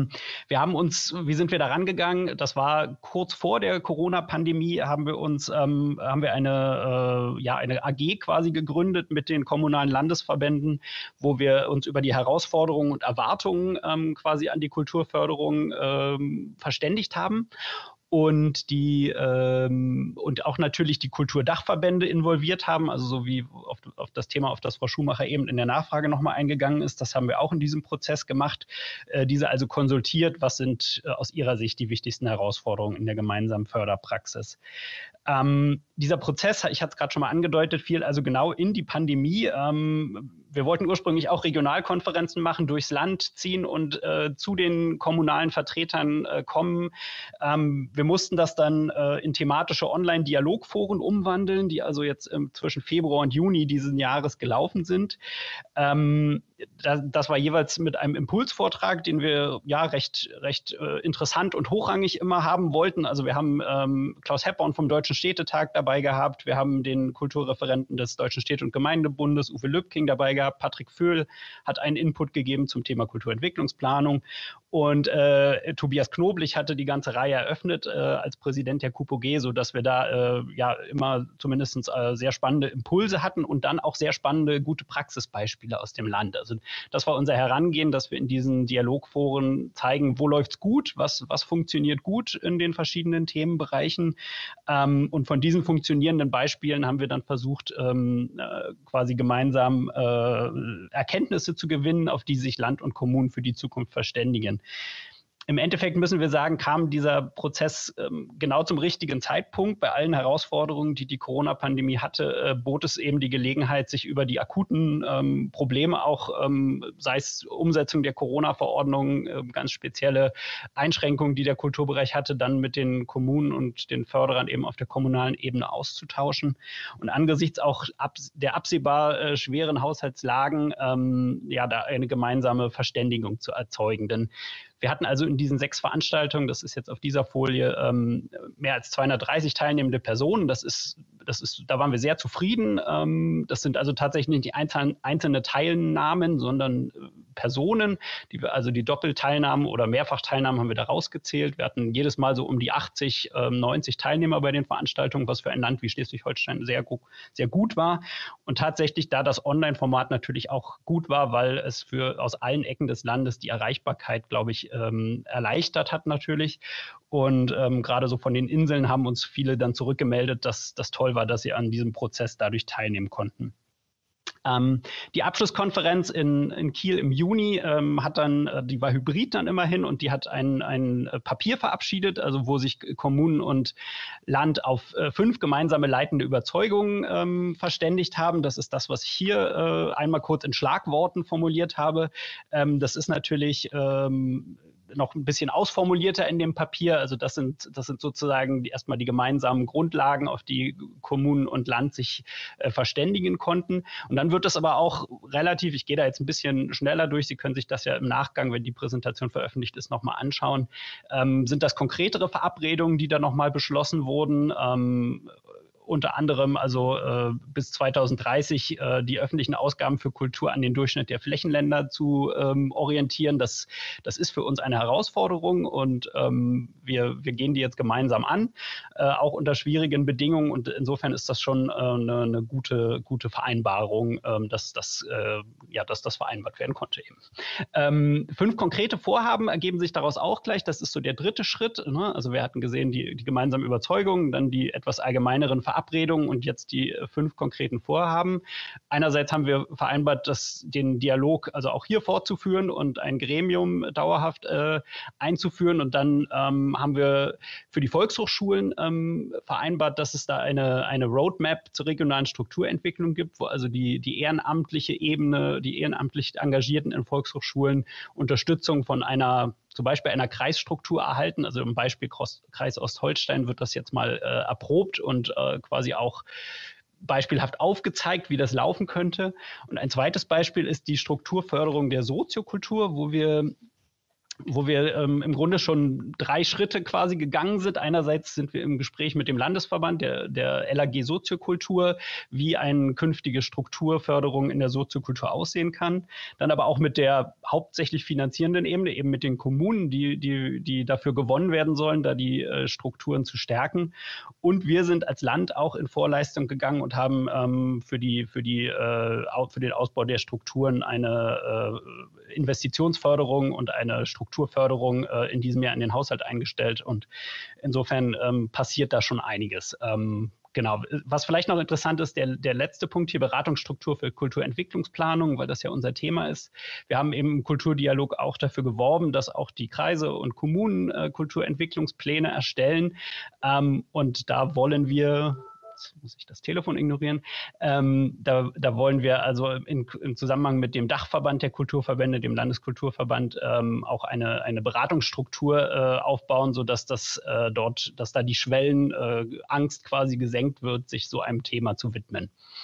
Wir haben uns, wie sind wir da rangegangen? Das war kurz vor der Corona-Pandemie, haben wir uns, ähm, haben wir eine, äh, ja, eine A G quasi gegründet mit den kommunalen Landesverbänden, wo wir uns über die Herausforderungen und Erwartungen ähm, quasi an die Kulturförderung ähm, verständigt haben. Und die ähm, und auch natürlich die Kulturdachverbände involviert haben, also so wie auf, auf das Thema, auf das Frau Schumacher eben in der Nachfrage nochmal eingegangen ist. Das haben wir auch in diesem Prozess gemacht. Äh, diese also konsultiert, was sind äh, aus ihrer Sicht die wichtigsten Herausforderungen in der gemeinsamen Förderpraxis. Ähm, dieser Prozess, ich hatte es gerade schon mal angedeutet, fiel also genau in die Pandemie. Ähm, wir wollten ursprünglich auch Regionalkonferenzen machen, durchs Land ziehen und äh, zu den kommunalen Vertretern äh, kommen. Ähm, wir mussten das dann äh, in thematische Online-Dialogforen umwandeln, die also jetzt ähm, zwischen Februar und Juni dieses Jahres gelaufen sind. Ähm, das, das war jeweils mit einem Impulsvortrag, den wir ja recht, recht äh, interessant und hochrangig immer haben wollten. Also wir haben ähm, Klaus Hepborn vom Deutschen Städtetag dabei gehabt, wir haben den Kulturreferenten des Deutschen Städte- und Gemeindebundes, Uwe Lübking, dabei gehabt. Patrick Vöhl hat einen Input gegeben zum Thema Kulturentwicklungsplanung. Und äh, Tobias Knoblich hatte die ganze Reihe eröffnet äh, als Präsident der K U P O G, sodass wir da äh, ja immer zumindest äh, sehr spannende Impulse hatten und dann auch sehr spannende, gute Praxisbeispiele aus dem Land. Also das war unser Herangehen, dass wir in diesen Dialogforen zeigen, wo läuft's gut, was, was funktioniert gut in den verschiedenen Themenbereichen. Ähm, und von diesen funktionierenden Beispielen haben wir dann versucht, ähm, äh, quasi gemeinsam äh, Erkenntnisse zu gewinnen, auf die sich Land und Kommunen für die Zukunft verständigen. Im Endeffekt müssen wir sagen, kam dieser Prozess ähm, genau zum richtigen Zeitpunkt. Bei allen Herausforderungen, die die Corona-Pandemie hatte, äh, bot es eben die Gelegenheit, sich über die akuten ähm, Probleme auch, ähm, sei es Umsetzung der Corona-Verordnung, äh, ganz spezielle Einschränkungen, die der Kulturbereich hatte, dann mit den Kommunen und den Förderern eben auf der kommunalen Ebene auszutauschen. Und angesichts auch abs- der absehbar äh, schweren Haushaltslagen, ähm, ja, da eine gemeinsame Verständigung zu erzeugen. Denn wir hatten also in diesen sechs Veranstaltungen, das ist jetzt auf dieser Folie, ähm, mehr als zweihundertdreißig teilnehmende Personen. Das ist, das ist, da waren wir sehr zufrieden. Ähm, das sind also tatsächlich nicht die einzelnen, einzelne Teilnahmen, sondern äh, Personen, die wir, also die Doppelteilnahmen oder Mehrfachteilnahmen haben wir da rausgezählt. Wir hatten jedes Mal so um die achtzig, ähm, neunzig Teilnehmer bei den Veranstaltungen, was für ein Land wie Schleswig-Holstein sehr, sehr gut war. Und tatsächlich, da das Online-Format natürlich auch gut war, weil es für aus allen Ecken des Landes die Erreichbarkeit, glaube ich, Ähm, erleichtert hat natürlich. Und ähm, gerade so von den Inseln haben uns viele dann zurückgemeldet, dass das toll war, dass sie an diesem Prozess dadurch teilnehmen konnten. Ähm, die Abschlusskonferenz in, in Kiel im Juni ähm, hat dann, äh, die war hybrid dann immerhin und die hat ein, ein Papier verabschiedet, also wo sich Kommunen und Land auf äh, fünf gemeinsame leitende Überzeugungen ähm, verständigt haben. Das ist das, was ich hier äh, einmal kurz in Schlagworten formuliert habe. Ähm, das ist natürlich ähm, noch ein bisschen ausformulierter in dem Papier. Also das sind, das sind sozusagen die, erstmal die gemeinsamen Grundlagen, auf die Kommunen und Land sich äh, verständigen konnten. Und dann wird es aber auch relativ, ich gehe da jetzt ein bisschen schneller durch, Sie können sich das ja im Nachgang, wenn die Präsentation veröffentlicht ist, nochmal anschauen. Ähm, sind das konkretere Verabredungen, die da nochmal beschlossen wurden? Ähm, unter anderem also äh, bis zweitausenddreißig äh, die öffentlichen Ausgaben für Kultur an den Durchschnitt der Flächenländer zu ähm, orientieren. Das, das ist für uns eine Herausforderung und ähm, wir, wir gehen die jetzt gemeinsam an, äh, auch unter schwierigen Bedingungen. Und insofern ist das schon äh, eine, eine gute, gute Vereinbarung, ähm, dass, dass, äh, ja, dass das vereinbart werden konnte eben. Ähm, fünf konkrete Vorhaben ergeben sich daraus auch gleich. Das ist so der dritte Schritt. Ne? Also wir hatten gesehen, die, die gemeinsamen Überzeugungen, dann die etwas allgemeineren Verabredungen und jetzt die fünf konkreten Vorhaben. Einerseits haben wir vereinbart, dass den Dialog also auch hier fortzuführen und ein Gremium dauerhaft äh, einzuführen. Und dann ähm, haben wir für die Volkshochschulen ähm, vereinbart, dass es da eine, eine Roadmap zur regionalen Strukturentwicklung gibt, wo also die, die ehrenamtliche Ebene, die ehrenamtlich Engagierten in Volkshochschulen Unterstützung von einer zum Beispiel einer Kreisstruktur erhalten. Also im Beispiel Kreis Ostholstein wird das jetzt mal äh, erprobt und äh, quasi auch beispielhaft aufgezeigt, wie das laufen könnte. Und ein zweites Beispiel ist die Strukturförderung der Soziokultur, wo wir wo wir ähm, im Grunde schon drei Schritte quasi gegangen sind. Einerseits sind wir im Gespräch mit dem Landesverband der, der L A G Soziokultur, wie eine künftige Strukturförderung in der Soziokultur aussehen kann. Dann aber auch mit der hauptsächlich finanzierenden Ebene, eben mit den Kommunen, die, die, die dafür gewonnen werden sollen, da die äh, Strukturen zu stärken. Und wir sind als Land auch in Vorleistung gegangen und haben ähm, für, die, für, die, äh, für den Ausbau der Strukturen eine äh, Investitionsförderung und eine Strukturförderung äh, in diesem Jahr in den Haushalt eingestellt. Und insofern ähm, passiert da schon einiges. Ähm, Genau, was vielleicht noch interessant ist, der, der letzte Punkt hier, Beratungsstruktur für Kulturentwicklungsplanung, weil das ja unser Thema ist. Wir haben im Kulturdialog auch dafür geworben, dass auch die Kreise und Kommunen äh, Kulturentwicklungspläne erstellen. Ähm, und da wollen wir, jetzt muss ich das Telefon ignorieren, ähm, da, da wollen wir also in, im Zusammenhang mit dem Dachverband der Kulturverbände, dem Landeskulturverband, ähm, auch eine, eine Beratungsstruktur äh, aufbauen, sodass das äh, dort, dass da die Schwellenangst äh, quasi gesenkt wird, sich so einem Thema zu widmen.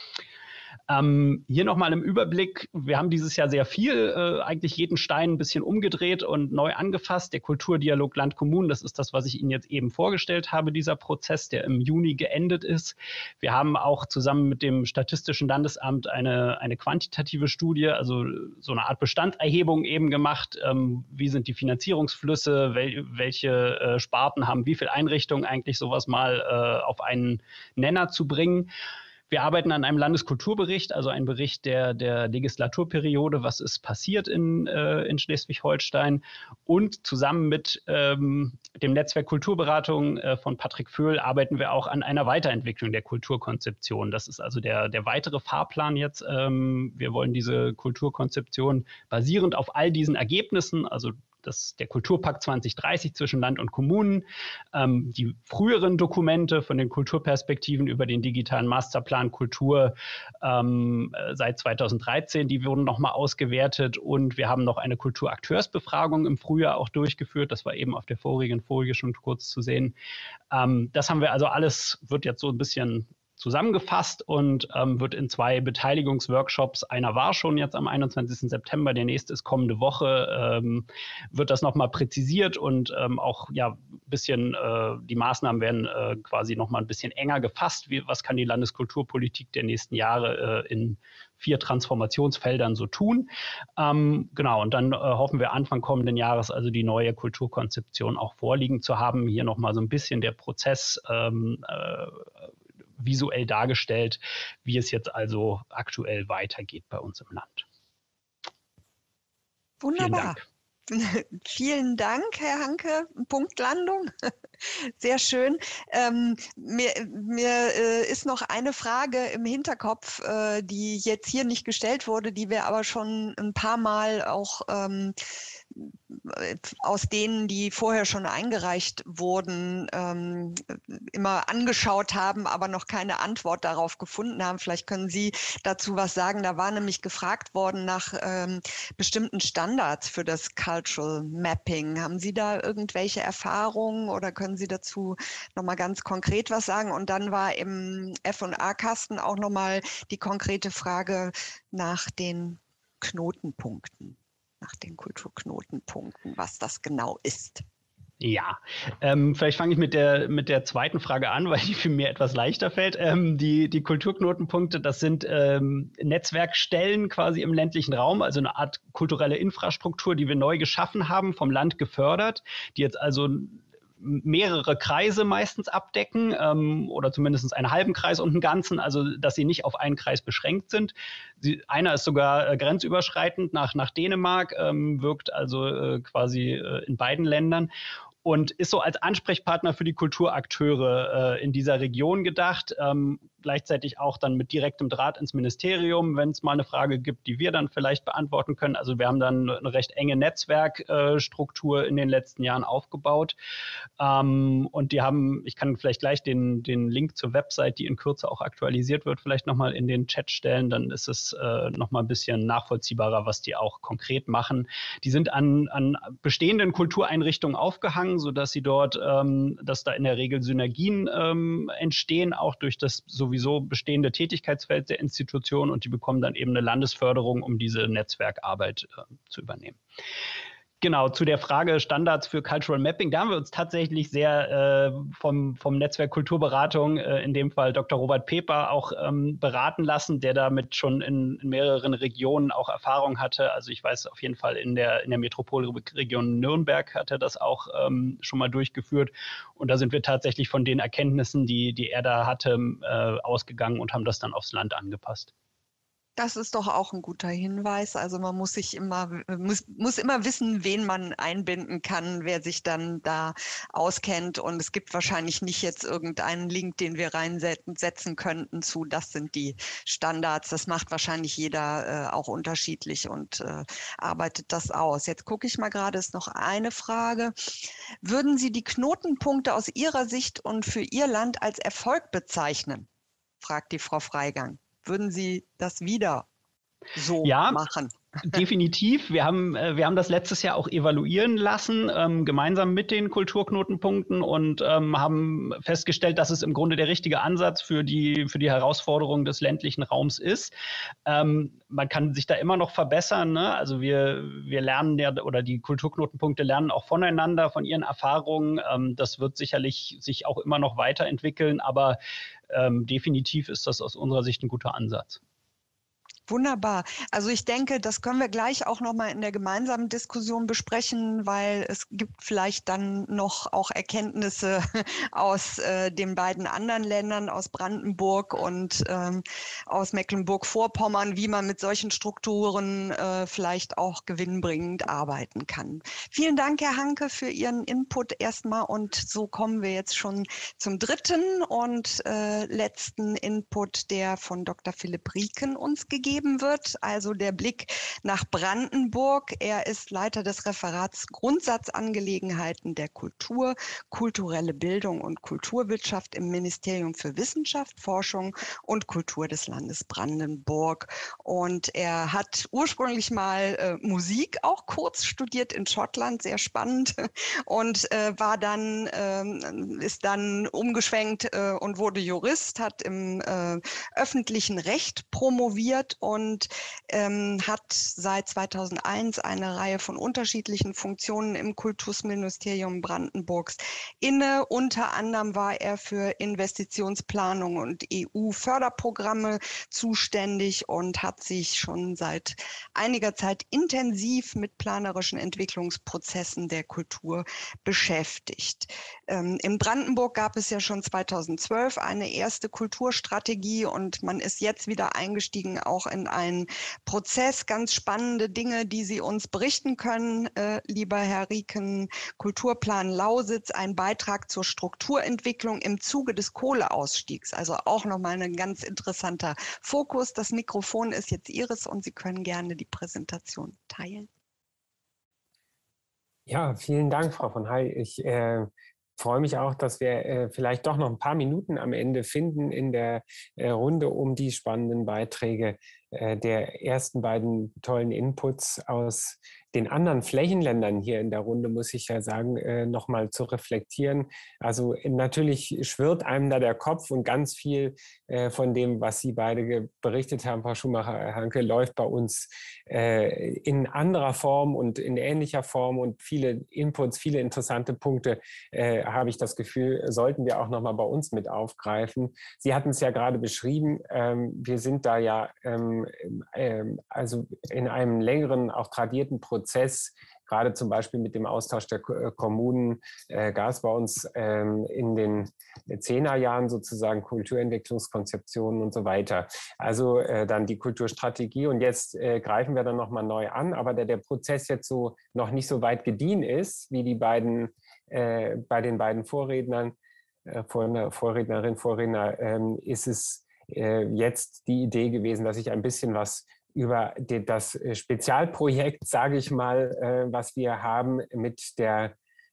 Ähm, hier nochmal im Überblick, wir haben dieses Jahr sehr viel, äh, eigentlich jeden Stein ein bisschen umgedreht und neu angefasst. Der Kulturdialog Land-Kommunen, das ist das, was ich Ihnen jetzt eben vorgestellt habe, dieser Prozess, der im Juni geendet ist. Wir haben auch zusammen mit dem Statistischen Landesamt eine, eine quantitative Studie, also so eine Art Bestandserhebung eben gemacht. Ähm, wie sind die Finanzierungsflüsse, wel, welche äh, Sparten haben wie viele Einrichtungen, eigentlich sowas mal äh, auf einen Nenner zu bringen. Wir arbeiten an einem Landeskulturbericht, also ein Bericht der, der Legislaturperiode, was ist passiert in, äh, in Schleswig-Holstein. Und zusammen mit ähm, dem Netzwerk Kulturberatung äh, von Patrick Vöhl arbeiten wir auch an einer Weiterentwicklung der Kulturkonzeption. Das ist also der, der weitere Fahrplan jetzt. Ähm, wir wollen diese Kulturkonzeption basierend auf all diesen Ergebnissen, also Das, der Kulturpakt zwanzig dreißig zwischen Land und Kommunen, ähm, die früheren Dokumente von den Kulturperspektiven über den digitalen Masterplan Kultur ähm, seit zweitausenddreizehn, die wurden nochmal ausgewertet, und wir haben noch eine Kulturakteursbefragung im Frühjahr auch durchgeführt. Das war eben auf der vorigen Folie schon kurz zu sehen. Ähm, das haben wir also alles, wird jetzt so ein bisschen zusammengefasst und ähm, wird in zwei Beteiligungsworkshops, einer war schon jetzt am einundzwanzigsten September, der nächste ist kommende Woche, ähm, wird das nochmal präzisiert und ähm, auch ja ein bisschen, äh, die Maßnahmen werden äh, quasi nochmal ein bisschen enger gefasst. Wie, was kann die Landeskulturpolitik der nächsten Jahre äh, in vier Transformationsfeldern so tun? Ähm, genau, und dann äh, hoffen wir Anfang kommenden Jahres also die neue Kulturkonzeption auch vorliegen zu haben. Hier nochmal so ein bisschen der Prozess ähm, äh, visuell dargestellt, wie es jetzt also aktuell weitergeht bei uns im Land. Wunderbar. Vielen Dank, Vielen Dank, Herr Hanke. Punktlandung. Sehr schön. Ähm, mir mir äh, ist noch eine Frage im Hinterkopf, äh, die jetzt hier nicht gestellt wurde, die wir aber schon ein paar Mal auch ähm, aus denen, die vorher schon eingereicht wurden, ähm, immer angeschaut haben, aber noch keine Antwort darauf gefunden haben. Vielleicht können Sie dazu was sagen. Da war nämlich gefragt worden nach ähm, bestimmten Standards für das Cultural Mapping. Haben Sie da irgendwelche Erfahrungen oder können Sie dazu nochmal ganz konkret was sagen? Und dann war im F und A-Kasten auch nochmal die konkrete Frage nach den Knotenpunkten. nach den Kulturknotenpunkten, was das genau ist. Ja, ähm, vielleicht fange ich mit der, mit der zweiten Frage an, weil die für mich etwas leichter fällt. Ähm, die, die Kulturknotenpunkte, das sind ähm, Netzwerkstellen quasi im ländlichen Raum, also eine Art kulturelle Infrastruktur, die wir neu geschaffen haben, vom Land gefördert, die jetzt also mehrere Kreise meistens abdecken ähm, oder zumindest einen halben Kreis und einen ganzen, also dass sie nicht auf einen Kreis beschränkt sind. Sie, einer ist sogar äh, grenzüberschreitend nach, nach Dänemark, ähm, wirkt also äh, quasi äh, in beiden Ländern und ist so als Ansprechpartner für die Kulturakteure äh, in dieser Region gedacht. Ähm, gleichzeitig auch dann mit direktem Draht ins Ministerium, wenn es mal eine Frage gibt, die wir dann vielleicht beantworten können. Also wir haben dann eine recht enge Netzwerkstruktur äh, in den letzten Jahren aufgebaut. Ähm, und die haben, ich kann vielleicht gleich den, den Link zur Website, die in Kürze auch aktualisiert wird, vielleicht nochmal in den Chat stellen. Dann ist es äh, nochmal ein bisschen nachvollziehbarer, was die auch konkret machen. Die sind an, an bestehenden Kultureinrichtungen aufgehangen, sodass sie dort, ähm, dass da in der Regel Synergien ähm, entstehen, auch durch das sowieso bestehende Tätigkeitsfeld der Institution, und die bekommen dann eben eine Landesförderung, um diese Netzwerkarbeit äh, zu übernehmen. Genau, zu der Frage Standards für Cultural Mapping, da haben wir uns tatsächlich sehr äh, vom, vom Netzwerk Kulturberatung, äh, in dem Fall Doktor Robert Peper, auch ähm, beraten lassen, der damit schon in, in mehreren Regionen auch Erfahrung hatte. Also ich weiß auf jeden Fall, in der, in der Metropolregion Nürnberg hat er das auch ähm, schon mal durchgeführt. Und da sind wir tatsächlich von den Erkenntnissen, die, die er da hatte, äh, ausgegangen und haben das dann aufs Land angepasst. Das ist doch auch ein guter Hinweis. Also man muss sich immer, muss, muss immer wissen, wen man einbinden kann, wer sich dann da auskennt. Und es gibt wahrscheinlich nicht jetzt irgendeinen Link, den wir reinsetzen könnten zu, das sind die Standards. Das macht wahrscheinlich jeder äh, auch unterschiedlich und äh, arbeitet das aus. Jetzt gucke ich mal gerade, ist noch eine Frage. Würden Sie die Knotenpunkte aus Ihrer Sicht und für Ihr Land als Erfolg bezeichnen? Fragt die Frau Freigang. Würden Sie das wieder so ja, machen? Definitiv. Wir haben, äh, wir haben das letztes Jahr auch evaluieren lassen, ähm, gemeinsam mit den Kulturknotenpunkten und ähm, haben festgestellt, dass es im Grunde der richtige Ansatz für die, für die Herausforderung des ländlichen Raums ist. Ähm, man kann sich da immer noch verbessern, ne? Also wir, wir lernen ja, oder die Kulturknotenpunkte lernen auch voneinander, von ihren Erfahrungen. Ähm, das wird sicherlich sich auch immer noch weiterentwickeln, aber ähm, definitiv ist das aus unserer Sicht ein guter Ansatz. Wunderbar. Also ich denke, das können wir gleich auch noch mal in der gemeinsamen Diskussion besprechen, weil es gibt vielleicht dann noch auch Erkenntnisse aus äh, den beiden anderen Ländern, aus Brandenburg und ähm, aus Mecklenburg-Vorpommern, wie man mit solchen Strukturen äh, vielleicht auch gewinnbringend arbeiten kann. Vielen Dank, Herr Hanke, für Ihren Input erstmal. Und so kommen wir jetzt schon zum dritten und äh, letzten Input, der von Doktor Philipp Rieken uns gegeben wird, also der Blick nach Brandenburg. Er ist Leiter des Referats Grundsatzangelegenheiten der Kultur, kulturelle Bildung und Kulturwirtschaft im Ministerium für Wissenschaft, Forschung und Kultur des Landes Brandenburg. Und er hat ursprünglich mal äh, Musik auch kurz studiert in Schottland, sehr spannend, und äh, war dann, äh, ist dann umgeschwenkt äh, und wurde Jurist, hat im äh, öffentlichen Recht promoviert und ähm, hat seit zweitausendeins eine Reihe von unterschiedlichen Funktionen im Kultusministerium Brandenburgs inne. Unter anderem war er für Investitionsplanung und E U-Förderprogramme zuständig und hat sich schon seit einiger Zeit intensiv mit planerischen Entwicklungsprozessen der Kultur beschäftigt. Ähm, in Brandenburg gab es ja schon zweitausendzwölf eine erste Kulturstrategie und man ist jetzt wieder eingestiegen auch in einen Prozess. Ganz spannende Dinge, die Sie uns berichten können, äh, lieber Herr Rieken. Kulturplan Lausitz, ein Beitrag zur Strukturentwicklung im Zuge des Kohleausstiegs. Also auch nochmal ein ganz interessanter Fokus. Das Mikrofon ist jetzt Ihres und Sie können gerne die Präsentation teilen. Ja, vielen Dank, Frau von Hay. Ich äh, freue mich auch, dass wir äh, vielleicht doch noch ein paar Minuten am Ende finden in der äh, Runde um die spannenden Beiträge äh, der ersten beiden tollen Inputs aus den anderen Flächenländern hier in der Runde, muss ich ja sagen, äh, nochmal zu reflektieren. Also natürlich schwirrt einem da der Kopf und ganz viel äh, von dem, was Sie beide berichtet haben, Frau Schumacher-Hanke, läuft bei uns äh, in anderer Form und in ähnlicher Form und viele Inputs, viele interessante Punkte, äh, habe ich das Gefühl, sollten wir auch nochmal bei uns mit aufgreifen. Sie hatten es ja gerade beschrieben, ähm, wir sind da ja ähm, ähm, also in einem längeren, auch tradierten Prozess, Prozess, gerade zum Beispiel mit dem Austausch der Kommunen, äh, gab es bei uns ähm, in den Zehnerjahren sozusagen Kulturentwicklungskonzeptionen und so weiter. Also äh, dann die Kulturstrategie und jetzt äh, greifen wir dann nochmal neu an, aber da der Prozess jetzt so noch nicht so weit gediehen ist, wie die beiden, äh, bei den beiden Vorrednern, äh, Vorrednerin, Vorredner, äh, ist es äh, jetzt die Idee gewesen, dass ich ein bisschen was über das Spezialprojekt, sage ich mal, was wir haben mit der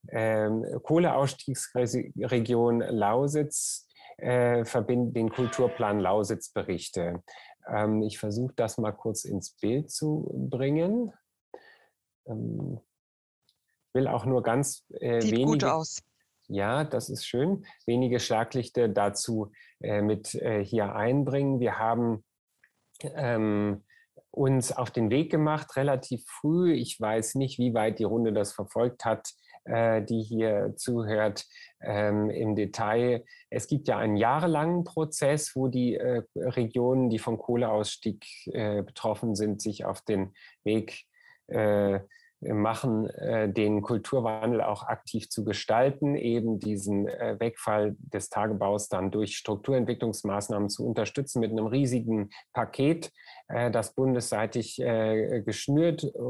Kohleausstiegsregion Lausitz, den Kulturplan Lausitz berichte. Ich versuche das mal kurz ins Bild zu bringen. Ich will auch nur ganz Sieht wenige... gut aus. Ja, das ist schön. Wenige Schlaglichter dazu mit hier einbringen. Wir haben... Ähm, uns auf den Weg gemacht, relativ früh. Ich weiß nicht, wie weit die Runde das verfolgt hat, die hier zuhört, ähm, im Detail. Es gibt ja einen jahrelangen Prozess, wo die äh, Regionen, die vom Kohleausstieg äh, betroffen sind, sich auf den Weg äh, machen, äh, den Kulturwandel auch aktiv zu gestalten, eben diesen äh, Wegfall des Tagebaus dann durch Strukturentwicklungsmaßnahmen zu unterstützen mit einem riesigen Paket, äh, das bundesseitig äh, geschnürt äh,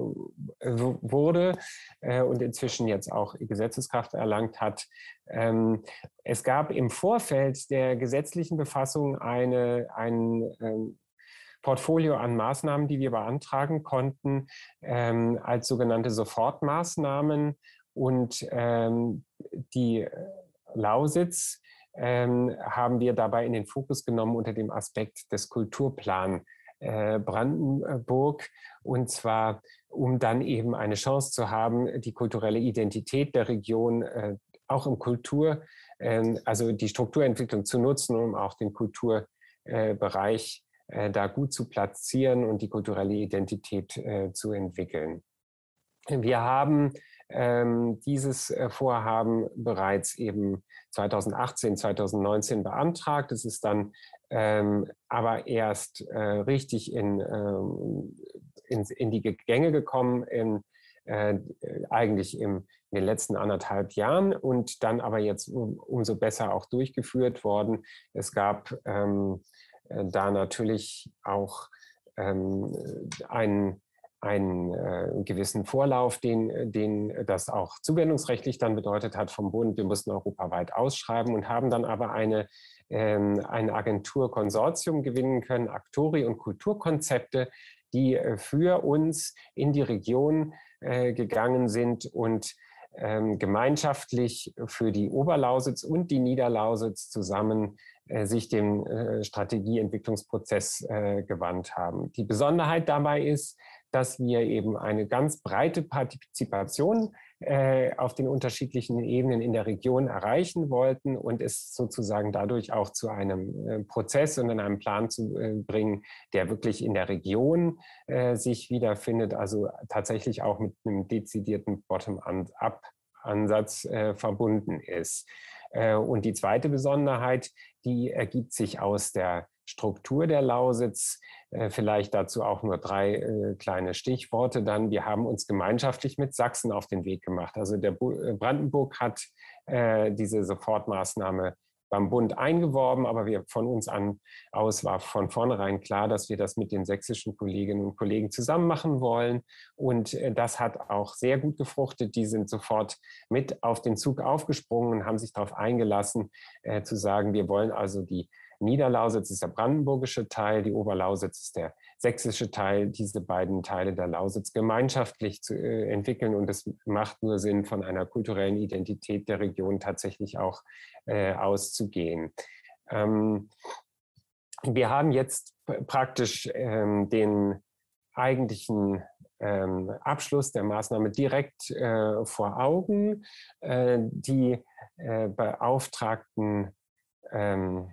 wurde äh, und inzwischen jetzt auch Gesetzeskraft erlangt hat. Ähm, es gab im Vorfeld der gesetzlichen Befassung eine, ein ähm, Portfolio an Maßnahmen, die wir beantragen konnten, ähm, als sogenannte Sofortmaßnahmen. Und ähm, die Lausitz ähm, haben wir dabei in den Fokus genommen unter dem Aspekt des Kulturplan äh, Brandenburg. Und zwar, um dann eben eine Chance zu haben, die kulturelle Identität der Region äh, auch im Kultur, äh, also die Strukturentwicklung zu nutzen, um auch den Kulturbereich äh, da gut zu platzieren und die kulturelle Identität äh, zu entwickeln. Wir haben ähm, dieses äh, Vorhaben bereits eben zweitausendachtzehn, zweitausendneunzehn beantragt. Es ist dann ähm, aber erst äh, richtig in, ähm, in, in die Gänge gekommen, in, äh, eigentlich im, in den letzten anderthalb Jahren und dann aber jetzt um, umso besser auch durchgeführt worden. Es gab ähm, da natürlich auch ähm, einen, einen äh, gewissen Vorlauf, den, den das auch zuwendungsrechtlich dann bedeutet hat vom Bund. Wir mussten europaweit ausschreiben und haben dann aber eine, ähm, ein Agenturkonsortium gewinnen können, Aktori und Kulturkonzepte, die äh, für uns in die Region äh, gegangen sind und ähm, gemeinschaftlich für die Oberlausitz und die Niederlausitz zusammen äh, sich dem äh, Strategieentwicklungsprozess äh, gewandt haben. Die Besonderheit dabei ist, dass wir eben eine ganz breite Partizipation äh, auf den unterschiedlichen Ebenen in der Region erreichen wollten und es sozusagen dadurch auch zu einem äh, Prozess und in einem Plan zu äh, bringen, der wirklich in der Region äh, sich wiederfindet, also tatsächlich auch mit einem dezidierten Bottom-up-Ansatz äh, verbunden ist. Äh, und die zweite Besonderheit, die ergibt sich aus der Struktur der Lausitz. Äh, vielleicht dazu auch nur drei äh, kleine Stichworte. Dann, wir haben uns gemeinschaftlich mit Sachsen auf den Weg gemacht. Also der Bu Brandenburg hat äh, diese Sofortmaßnahme beim Bund eingeworben, aber wir von uns an aus war von vornherein klar, dass wir das mit den sächsischen Kolleginnen und Kollegen zusammen machen wollen. Und äh, das hat auch sehr gut gefruchtet. Die sind sofort mit auf den Zug aufgesprungen und haben sich darauf eingelassen, äh, zu sagen, wir wollen also die Niederlausitz ist der brandenburgische Teil, die Oberlausitz ist der sächsische Teil, diese beiden Teile der Lausitz gemeinschaftlich zu äh, entwickeln. Und es macht nur Sinn, von einer kulturellen Identität der Region tatsächlich auch äh, auszugehen. Ähm, wir haben jetzt praktisch ähm, den eigentlichen ähm, Abschluss der Maßnahme direkt äh, vor Augen. Äh, die äh, Beauftragten ähm,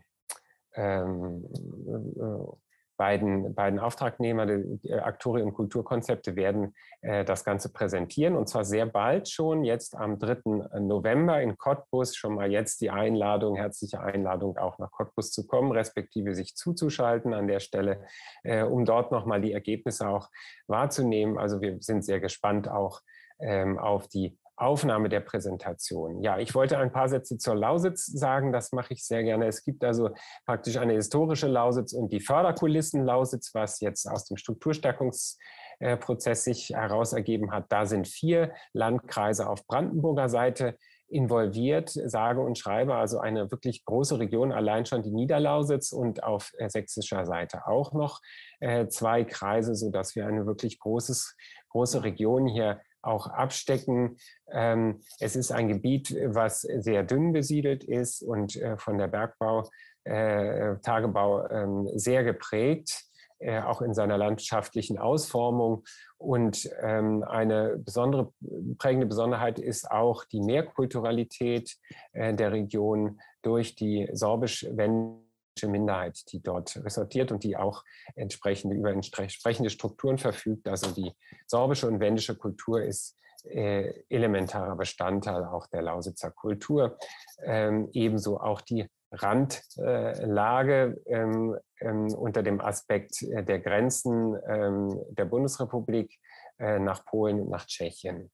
Ähm, äh, beiden, beiden Auftragnehmer, die Aktori und Kulturkonzepte, werden äh, das Ganze präsentieren und zwar sehr bald schon, jetzt am dritten November in Cottbus. Schon mal jetzt die Einladung, herzliche Einladung auch nach Cottbus zu kommen, respektive sich zuzuschalten an der Stelle, äh, um dort nochmal die Ergebnisse auch wahrzunehmen. Also wir sind sehr gespannt auch ähm, auf die Aufnahme der Präsentation. Ja, ich wollte ein paar Sätze zur Lausitz sagen, das mache ich sehr gerne. Es gibt also praktisch eine historische Lausitz und die Förderkulissen Lausitz, was jetzt aus dem Strukturstärkungsprozess sich heraus ergeben hat. Da sind vier Landkreise auf Brandenburger Seite involviert, sage und schreibe, also eine wirklich große Region, allein schon die Niederlausitz und auf sächsischer Seite auch noch äh, zwei Kreise, sodass wir eine wirklich großes, große Region hier auch abstecken. Ähm, es ist ein Gebiet, was sehr dünn besiedelt ist und äh, von der Bergbau, äh, Tagebau äh, sehr geprägt, äh, auch in seiner landschaftlichen Ausformung. Und ähm, eine besondere, prägende Besonderheit ist auch die Mehrkulturalität äh, der Region durch die sorbisch-wendische Minderheit, die dort ressortiert und die auch entsprechende, über entsprechende Strukturen verfügt. Also die sorbische und wendische Kultur ist äh, elementarer Bestandteil auch der Lausitzer Kultur. Ähm, ebenso auch die Randlage äh, ähm, ähm, unter dem Aspekt der Grenzen ähm, der Bundesrepublik äh, nach Polen und nach Tschechien.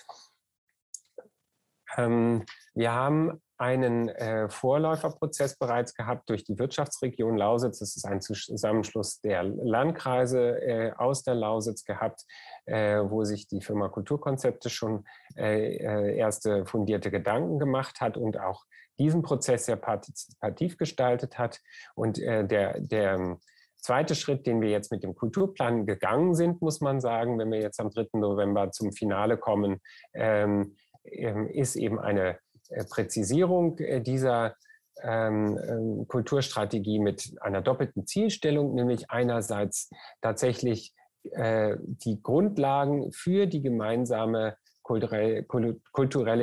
Ähm, wir haben einen äh, Vorläuferprozess bereits gehabt durch die Wirtschaftsregion Lausitz. Das ist ein Zusammenschluss der Landkreise äh, aus der Lausitz gehabt, äh, wo sich die Firma Kulturkonzepte schon äh, erste fundierte Gedanken gemacht hat und auch diesen Prozess sehr partizipativ gestaltet hat. Und äh, der, der zweite Schritt, den wir jetzt mit dem Kulturplan gegangen sind, muss man sagen, wenn wir jetzt am dritten November zum Finale kommen, ähm, ist eben eine Präzisierung dieser ähm, Kulturstrategie mit einer doppelten Zielstellung, nämlich einerseits tatsächlich äh, die Grundlagen für die gemeinsame kulturelle, kulturelle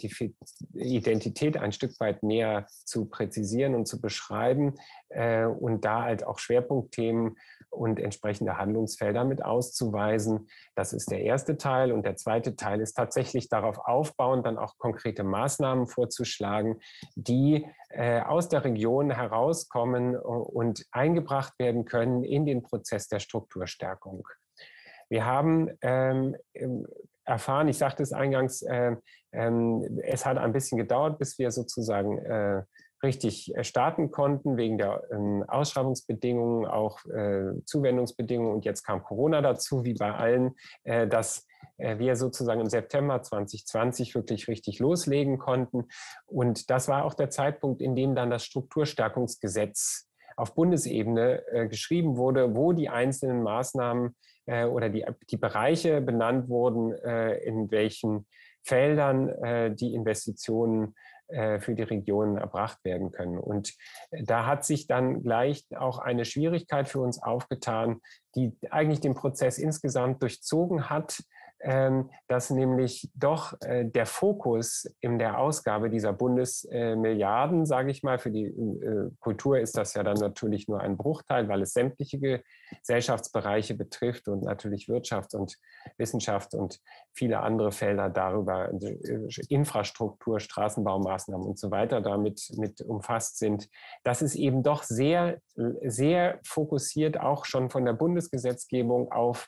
Identität ein Stück weit näher zu präzisieren und zu beschreiben äh, und da halt auch Schwerpunktthemen und entsprechende Handlungsfelder mit auszuweisen. Das ist der erste Teil. Und der zweite Teil ist tatsächlich darauf aufbauend, dann auch konkrete Maßnahmen vorzuschlagen, die äh, aus der Region herauskommen und eingebracht werden können in den Prozess der Strukturstärkung. Wir haben ähm, erfahren, ich sagte es eingangs, äh, äh, es hat ein bisschen gedauert, bis wir sozusagen äh, richtig starten konnten, wegen der äh, Ausschreibungsbedingungen, auch äh, Zuwendungsbedingungen. Und jetzt kam Corona dazu, wie bei allen, äh, dass äh, wir sozusagen im September zwanzig zwanzig wirklich richtig loslegen konnten. Und das war auch der Zeitpunkt, in dem dann das Strukturstärkungsgesetz auf Bundesebene äh, geschrieben wurde, wo die einzelnen Maßnahmen äh, oder die, die Bereiche benannt wurden, äh, in welchen Feldern äh, die Investitionen äh, für die Regionen erbracht werden können. Und da hat sich dann gleich auch eine Schwierigkeit für uns aufgetan, die eigentlich den Prozess insgesamt durchzogen hat, ähm, dass nämlich doch äh, der Fokus in der Ausgabe dieser Bundesmilliarden, äh, sage ich mal, für die äh, Kultur ist das ja dann natürlich nur ein Bruchteil, weil es sämtliche Gesellschaftsbereiche betrifft und natürlich Wirtschaft und Wissenschaft und viele andere Felder darüber, äh, Infrastruktur, Straßenbaumaßnahmen und so weiter damit mit umfasst sind. Das ist eben doch sehr, sehr fokussiert auch schon von der Bundesgesetzgebung auf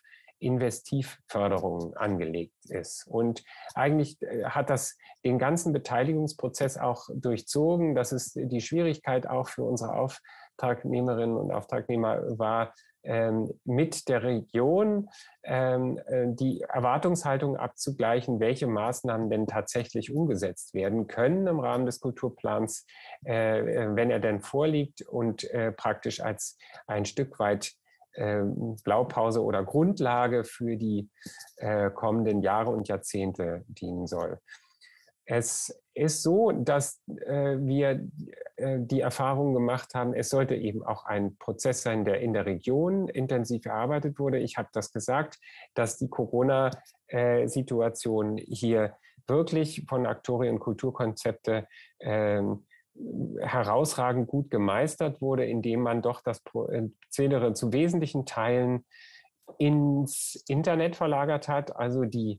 Investivförderung angelegt ist. Und eigentlich hat das den ganzen Beteiligungsprozess auch durchzogen. Das ist die Schwierigkeit auch für unsere Auftragnehmerinnen und Auftragnehmer war, ähm, mit der Region ähm, die Erwartungshaltung abzugleichen, welche Maßnahmen denn tatsächlich umgesetzt werden können im Rahmen des Kulturplans, äh, wenn er denn vorliegt und äh, praktisch als ein Stück weit Blaupause oder Grundlage für die äh, kommenden Jahre und Jahrzehnte dienen soll. Es ist so, dass äh, wir äh, die Erfahrung gemacht haben, es sollte eben auch ein Prozess sein, der in der Region intensiv erarbeitet wurde. Ich habe das gesagt, dass die Corona-Situation hier wirklich von Aktori und Kulturkonzepte äh, herausragend gut gemeistert wurde, indem man doch das Prozedere zu wesentlichen Teilen ins Internet verlagert hat, also die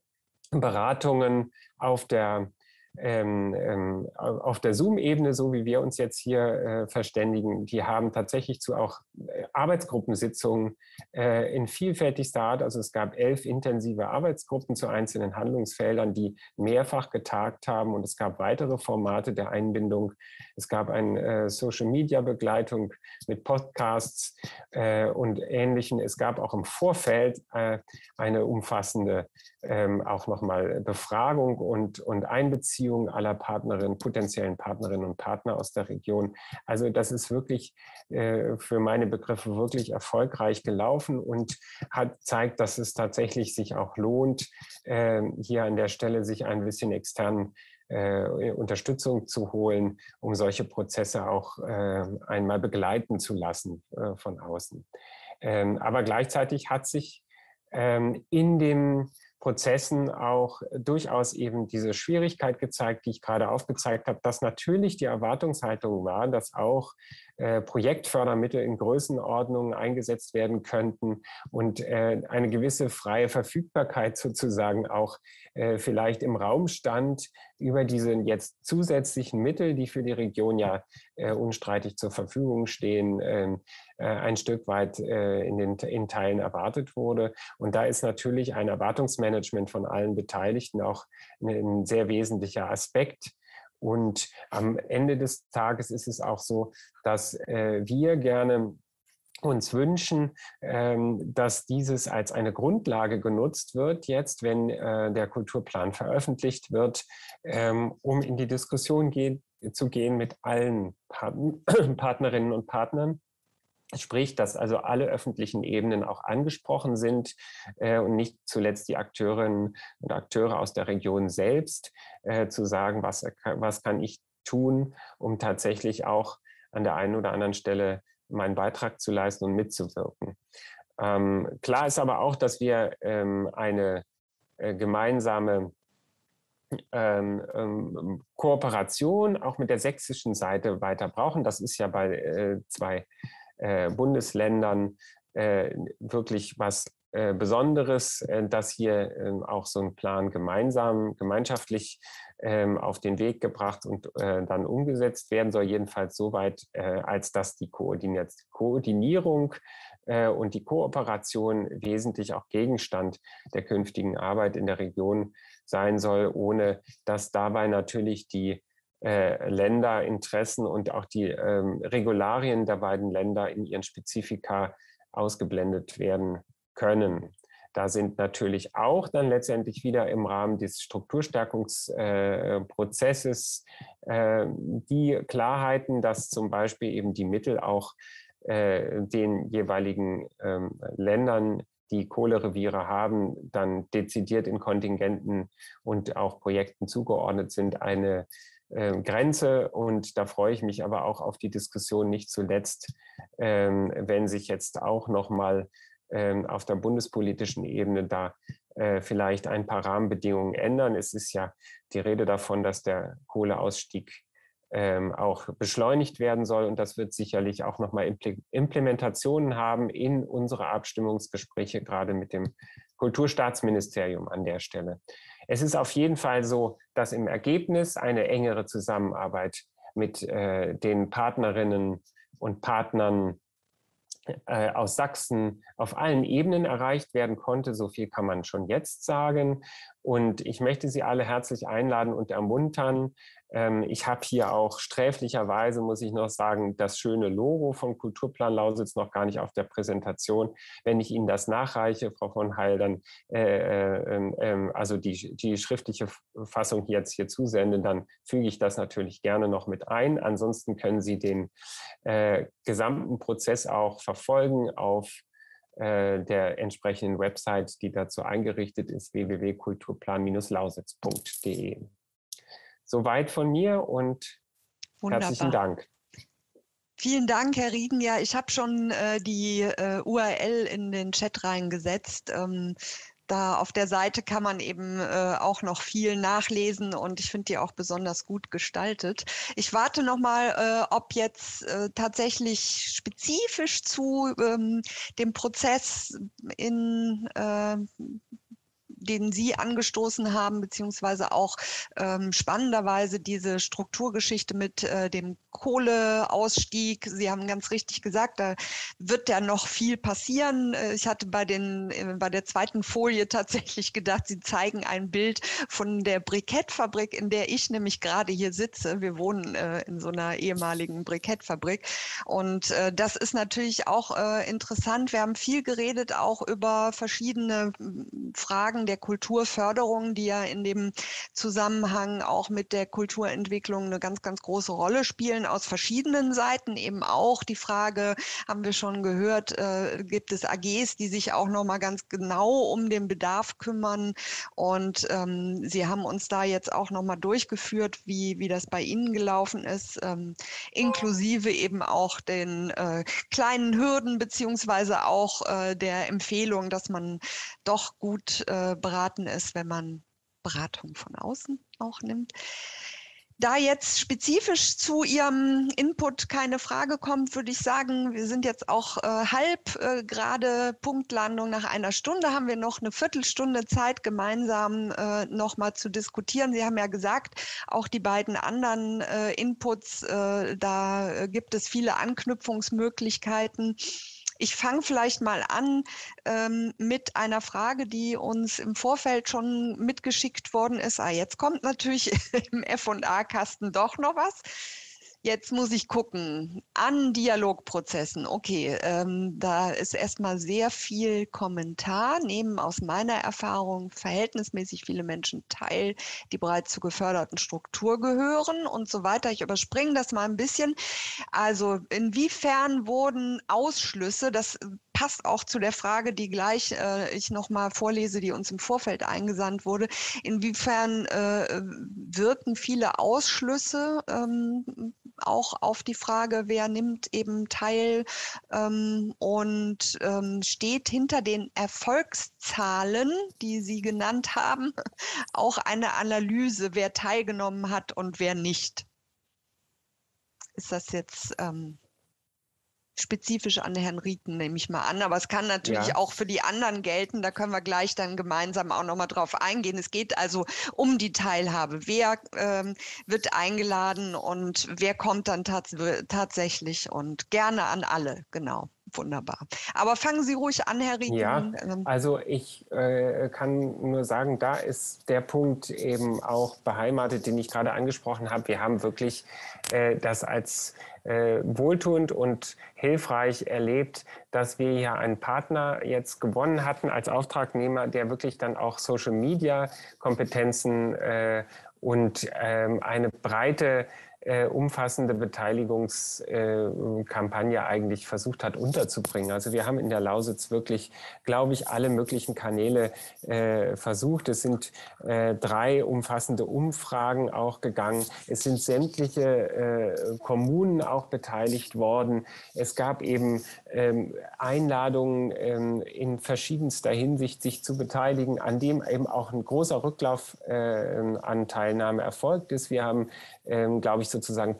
Beratungen auf der Ähm, ähm, auf der Zoom-Ebene, so wie wir uns jetzt hier äh, verständigen, die haben tatsächlich zu auch äh, Arbeitsgruppensitzungen äh, in vielfältigster Art. Also es gab elf intensive Arbeitsgruppen zu einzelnen Handlungsfeldern, die mehrfach getagt haben, und es gab weitere Formate der Einbindung. Es gab eine äh, Social-Media-Begleitung mit Podcasts äh, und Ähnlichem. Es gab auch im Vorfeld äh, eine umfassende ähm, auch nochmal Befragung und, und Einbeziehung aller Partnerinnen, potenziellen Partnerinnen und Partner aus der Region. Also das ist wirklich äh, für meine Begriffe wirklich erfolgreich gelaufen und hat zeigt, dass es tatsächlich sich auch lohnt, äh, hier an der Stelle sich ein bisschen externen äh, Unterstützung zu holen, um solche Prozesse auch äh, einmal begleiten zu lassen äh, von außen. Ähm, aber gleichzeitig hat sich ähm, in dem Prozessen auch durchaus eben diese Schwierigkeit gezeigt, die ich gerade aufgezeigt habe, dass natürlich die Erwartungshaltung war, dass auch äh, Projektfördermittel in Größenordnungen eingesetzt werden könnten und äh, eine gewisse freie Verfügbarkeit sozusagen auch äh, vielleicht im Raum stand über diese jetzt zusätzlichen Mittel, die für die Region ja äh, unstreitig zur Verfügung stehen, äh, ein Stück weit äh, in den in Teilen erwartet wurde. Und da ist natürlich ein Erwartungsmanagement von allen Beteiligten auch ein sehr wesentlicher Aspekt. Und am Ende des Tages ist es auch so, dass äh, wir gerne uns wünschen, ähm, dass dieses als eine Grundlage genutzt wird, jetzt, wenn äh, der Kulturplan veröffentlicht wird, ähm, um in die Diskussion gehen, zu gehen mit allen Part- Partnerinnen und Partnern. Sprich, dass also alle öffentlichen Ebenen auch angesprochen sind äh, und nicht zuletzt die Akteurinnen und Akteure aus der Region selbst, äh, zu sagen, was, was kann ich tun, um tatsächlich auch an der einen oder anderen Stelle meinen Beitrag zu leisten und mitzuwirken. Ähm, klar ist aber auch, dass wir ähm, eine äh, gemeinsame ähm, ähm, Kooperation auch mit der sächsischen Seite weiter brauchen. Das ist ja bei äh, zwei äh, Bundesländern äh, wirklich was äh, Besonderes, äh, dass hier äh, auch so ein Plan gemeinsam, gemeinschaftlich äh, auf den Weg gebracht und äh, dann umgesetzt werden soll, jedenfalls soweit, äh, als dass die Koordinierung äh, und die Kooperation wesentlich auch Gegenstand der künftigen Arbeit in der Region sein soll, ohne dass dabei natürlich die Äh, Länderinteressen und auch die ähm, Regularien der beiden Länder in ihren Spezifika ausgeblendet werden können. Da sind natürlich auch dann letztendlich wieder im Rahmen des Strukturstärkungsprozesses äh, äh, die Klarheiten, dass zum Beispiel eben die Mittel auch äh, den jeweiligen äh, Ländern, die Kohlereviere haben, dann dezidiert in Kontingenten und auch Projekten zugeordnet sind, eine Grenze, und da freue ich mich aber auch auf die Diskussion, nicht zuletzt, ähm, wenn sich jetzt auch noch mal ähm, auf der bundespolitischen Ebene da äh, vielleicht ein paar Rahmenbedingungen ändern. Es ist ja die Rede davon, dass der Kohleausstieg ähm, auch beschleunigt werden soll, und das wird sicherlich auch noch mal Impl- Implementationen haben in unsere Abstimmungsgespräche, gerade mit dem Kulturstaatsministerium an der Stelle. Es ist auf jeden Fall so, dass im Ergebnis eine engere Zusammenarbeit mit äh, den Partnerinnen und Partnern äh, aus Sachsen auf allen Ebenen erreicht werden konnte. So viel kann man schon jetzt sagen. Und ich möchte Sie alle herzlich einladen und ermuntern. Ähm, ich habe hier auch sträflicherweise, muss ich noch sagen, das schöne Logo vom Kulturplan Lausitz noch gar nicht auf der Präsentation. Wenn ich Ihnen das nachreiche, Frau von Heil, dann äh, äh, äh, also die, die schriftliche Fassung jetzt hier zusende, dann füge ich das natürlich gerne noch mit ein. Ansonsten können Sie den äh, gesamten Prozess auch verfolgen auf der entsprechenden Website, die dazu eingerichtet ist, w w w punkt kulturplan lausitz punkt d e. Soweit von mir und Wunderbar. Herzlichen Dank. Vielen Dank, Herr Rieden. Ja, ich habe schon äh, die äh, U R L in den Chat reingesetzt. Ähm, Da auf der Seite kann man eben äh, auch noch viel nachlesen, und ich finde die auch besonders gut gestaltet. Ich warte noch mal, äh, ob jetzt äh, tatsächlich spezifisch zu ähm, dem Prozess in äh, den Sie angestoßen haben, beziehungsweise auch ähm, spannenderweise diese Strukturgeschichte mit äh, dem Kohleausstieg. Sie haben ganz richtig gesagt, da wird ja noch viel passieren. Ich hatte bei, den, äh, bei der zweiten Folie tatsächlich gedacht, Sie zeigen ein Bild von der Brikettfabrik, in der ich nämlich gerade hier sitze. Wir wohnen äh, in so einer ehemaligen Brikettfabrik, und äh, das ist natürlich auch äh, interessant. Wir haben viel geredet auch über verschiedene Fragen der der Kulturförderung, die ja in dem Zusammenhang auch mit der Kulturentwicklung eine ganz, ganz große Rolle spielen, aus verschiedenen Seiten. Eben auch die Frage, haben wir schon gehört, äh, gibt es A Gs, die sich auch nochmal ganz genau um den Bedarf kümmern. Und ähm, Sie haben uns da jetzt auch nochmal durchgeführt, wie, wie das bei Ihnen gelaufen ist, ähm, inklusive eben auch den äh, kleinen Hürden, beziehungsweise auch äh, der Empfehlung, dass man doch gut äh, beraten ist, wenn man Beratung von außen auch nimmt. Da jetzt spezifisch zu Ihrem Input keine Frage kommt, würde ich sagen, wir sind jetzt auch äh, halb äh, gerade Punktlandung. Nach einer Stunde haben wir noch eine Viertelstunde Zeit, gemeinsam äh, nochmal zu diskutieren. Sie haben ja gesagt, auch die beiden anderen äh, Inputs, äh, da äh, gibt es viele Anknüpfungsmöglichkeiten. Ich fange vielleicht mal an ähm, mit einer Frage, die uns im Vorfeld schon mitgeschickt worden ist. Ah, jetzt kommt natürlich im F und A-Kasten doch noch was. Jetzt muss ich gucken. An Dialogprozessen. Okay, ähm, da ist erstmal sehr viel Kommentar. Nehmen aus meiner Erfahrung verhältnismäßig viele Menschen teil, die bereits zur geförderten Struktur gehören und so weiter. Ich überspringe das mal ein bisschen. Also inwiefern wurden Ausschlüsse, das passt auch zu der Frage, die gleich äh, ich nochmal vorlese, die uns im Vorfeld eingesandt wurde, inwiefern äh, wirken viele Ausschlüsse ähm, auch auf die Frage, wer nimmt eben teil ähm, und ähm, steht hinter den Erfolgszahlen, die Sie genannt haben, auch eine Analyse, wer teilgenommen hat und wer nicht. Ist das jetzt ähm, spezifisch an Herrn Rieken, nehme ich mal an, aber es kann natürlich ja auch für die anderen gelten, da können wir gleich dann gemeinsam auch nochmal drauf eingehen. Es geht also um die Teilhabe. Wer ähm, wird eingeladen und wer kommt dann tats tatsächlich und gerne an alle, genau. Wunderbar. Aber fangen Sie ruhig an, Herr Rieken. Ja, also ich äh, kann nur sagen, da ist der Punkt eben auch beheimatet, den ich gerade angesprochen habe. Wir haben wirklich äh, das als äh, wohltuend und hilfreich erlebt, dass wir hier einen Partner jetzt gewonnen hatten als Auftragnehmer, der wirklich dann auch Social-Media-Kompetenzen äh, und ähm, eine breite Äh, umfassende Beteiligungskampagne äh, eigentlich versucht hat unterzubringen. Also wir haben in der Lausitz wirklich, glaube ich, alle möglichen Kanäle äh, versucht. Es sind äh, drei umfassende Umfragen auch gegangen. Es sind sämtliche äh, Kommunen auch beteiligt worden. Es gab eben ähm, Einladungen ähm, in verschiedenster Hinsicht, sich zu beteiligen, an dem eben auch ein großer Rücklauf äh, an Teilnahme erfolgt ist. Wir haben, ähm, glaube ich, sozusagen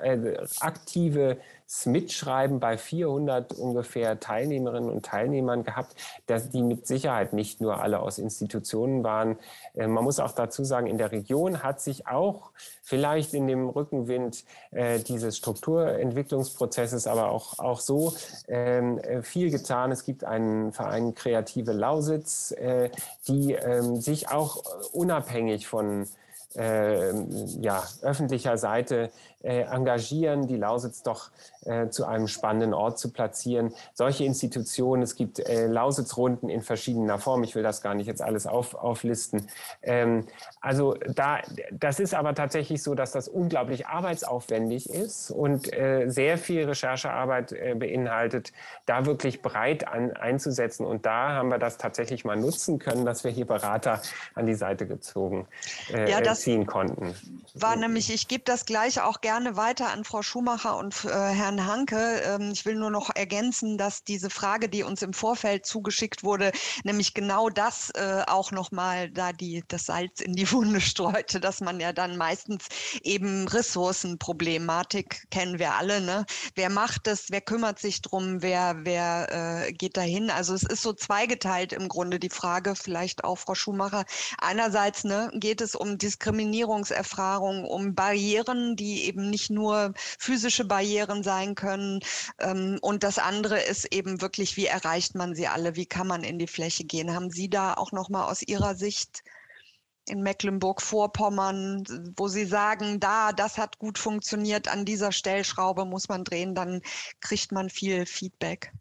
proaktive Mitschreiben bei vierhundert ungefähr Teilnehmerinnen und Teilnehmern gehabt, dass die mit Sicherheit nicht nur alle aus Institutionen waren. Äh, man muss auch dazu sagen, in der Region hat sich auch vielleicht in dem Rückenwind äh, dieses Strukturentwicklungsprozesses, aber auch, auch so ähm, viel getan. Es gibt einen Verein Kreative Lausitz, äh, die ähm, sich auch unabhängig von Äh, ja, öffentlicher Seite äh, engagieren, die Lausitz doch äh, zu einem spannenden Ort zu platzieren. Solche Institutionen, es gibt äh, Lausitzrunden in verschiedener Form, ich will das gar nicht jetzt alles auf, auflisten. Ähm, also da, das ist aber tatsächlich so, dass das unglaublich arbeitsaufwendig ist und äh, sehr viel Recherchearbeit äh, beinhaltet, da wirklich breit an, einzusetzen. Und da haben wir das tatsächlich mal nutzen können, dass wir hier Berater an die Seite gezogen äh, ja, das ziehen konnten. War nämlich, ich gebe das gleich auch gerne weiter an Frau Schumacher und äh, Herrn Hanke. Ähm, ich will nur noch ergänzen, dass diese Frage, die uns im Vorfeld zugeschickt wurde, nämlich genau das äh, auch nochmal da die, das Salz in die Wunde streute, dass man ja dann meistens eben Ressourcenproblematik, kennen wir alle, ne? Wer macht das, wer kümmert sich drum, wer, wer äh, geht dahin? Also es ist so zweigeteilt im Grunde die Frage, vielleicht auch Frau Schumacher. Einerseits ne, geht es um Diskriminierungserfahrung, um Barrieren, die eben nicht nur physische Barrieren sein können. Ähm, und das andere ist eben wirklich, wie erreicht man sie alle? Wie kann man in die Fläche gehen? Haben Sie da auch nochmal aus Ihrer Sicht in Mecklenburg-Vorpommern, wo Sie sagen, da, das hat gut funktioniert, an dieser Stellschraube muss man drehen, dann kriegt man viel Feedback?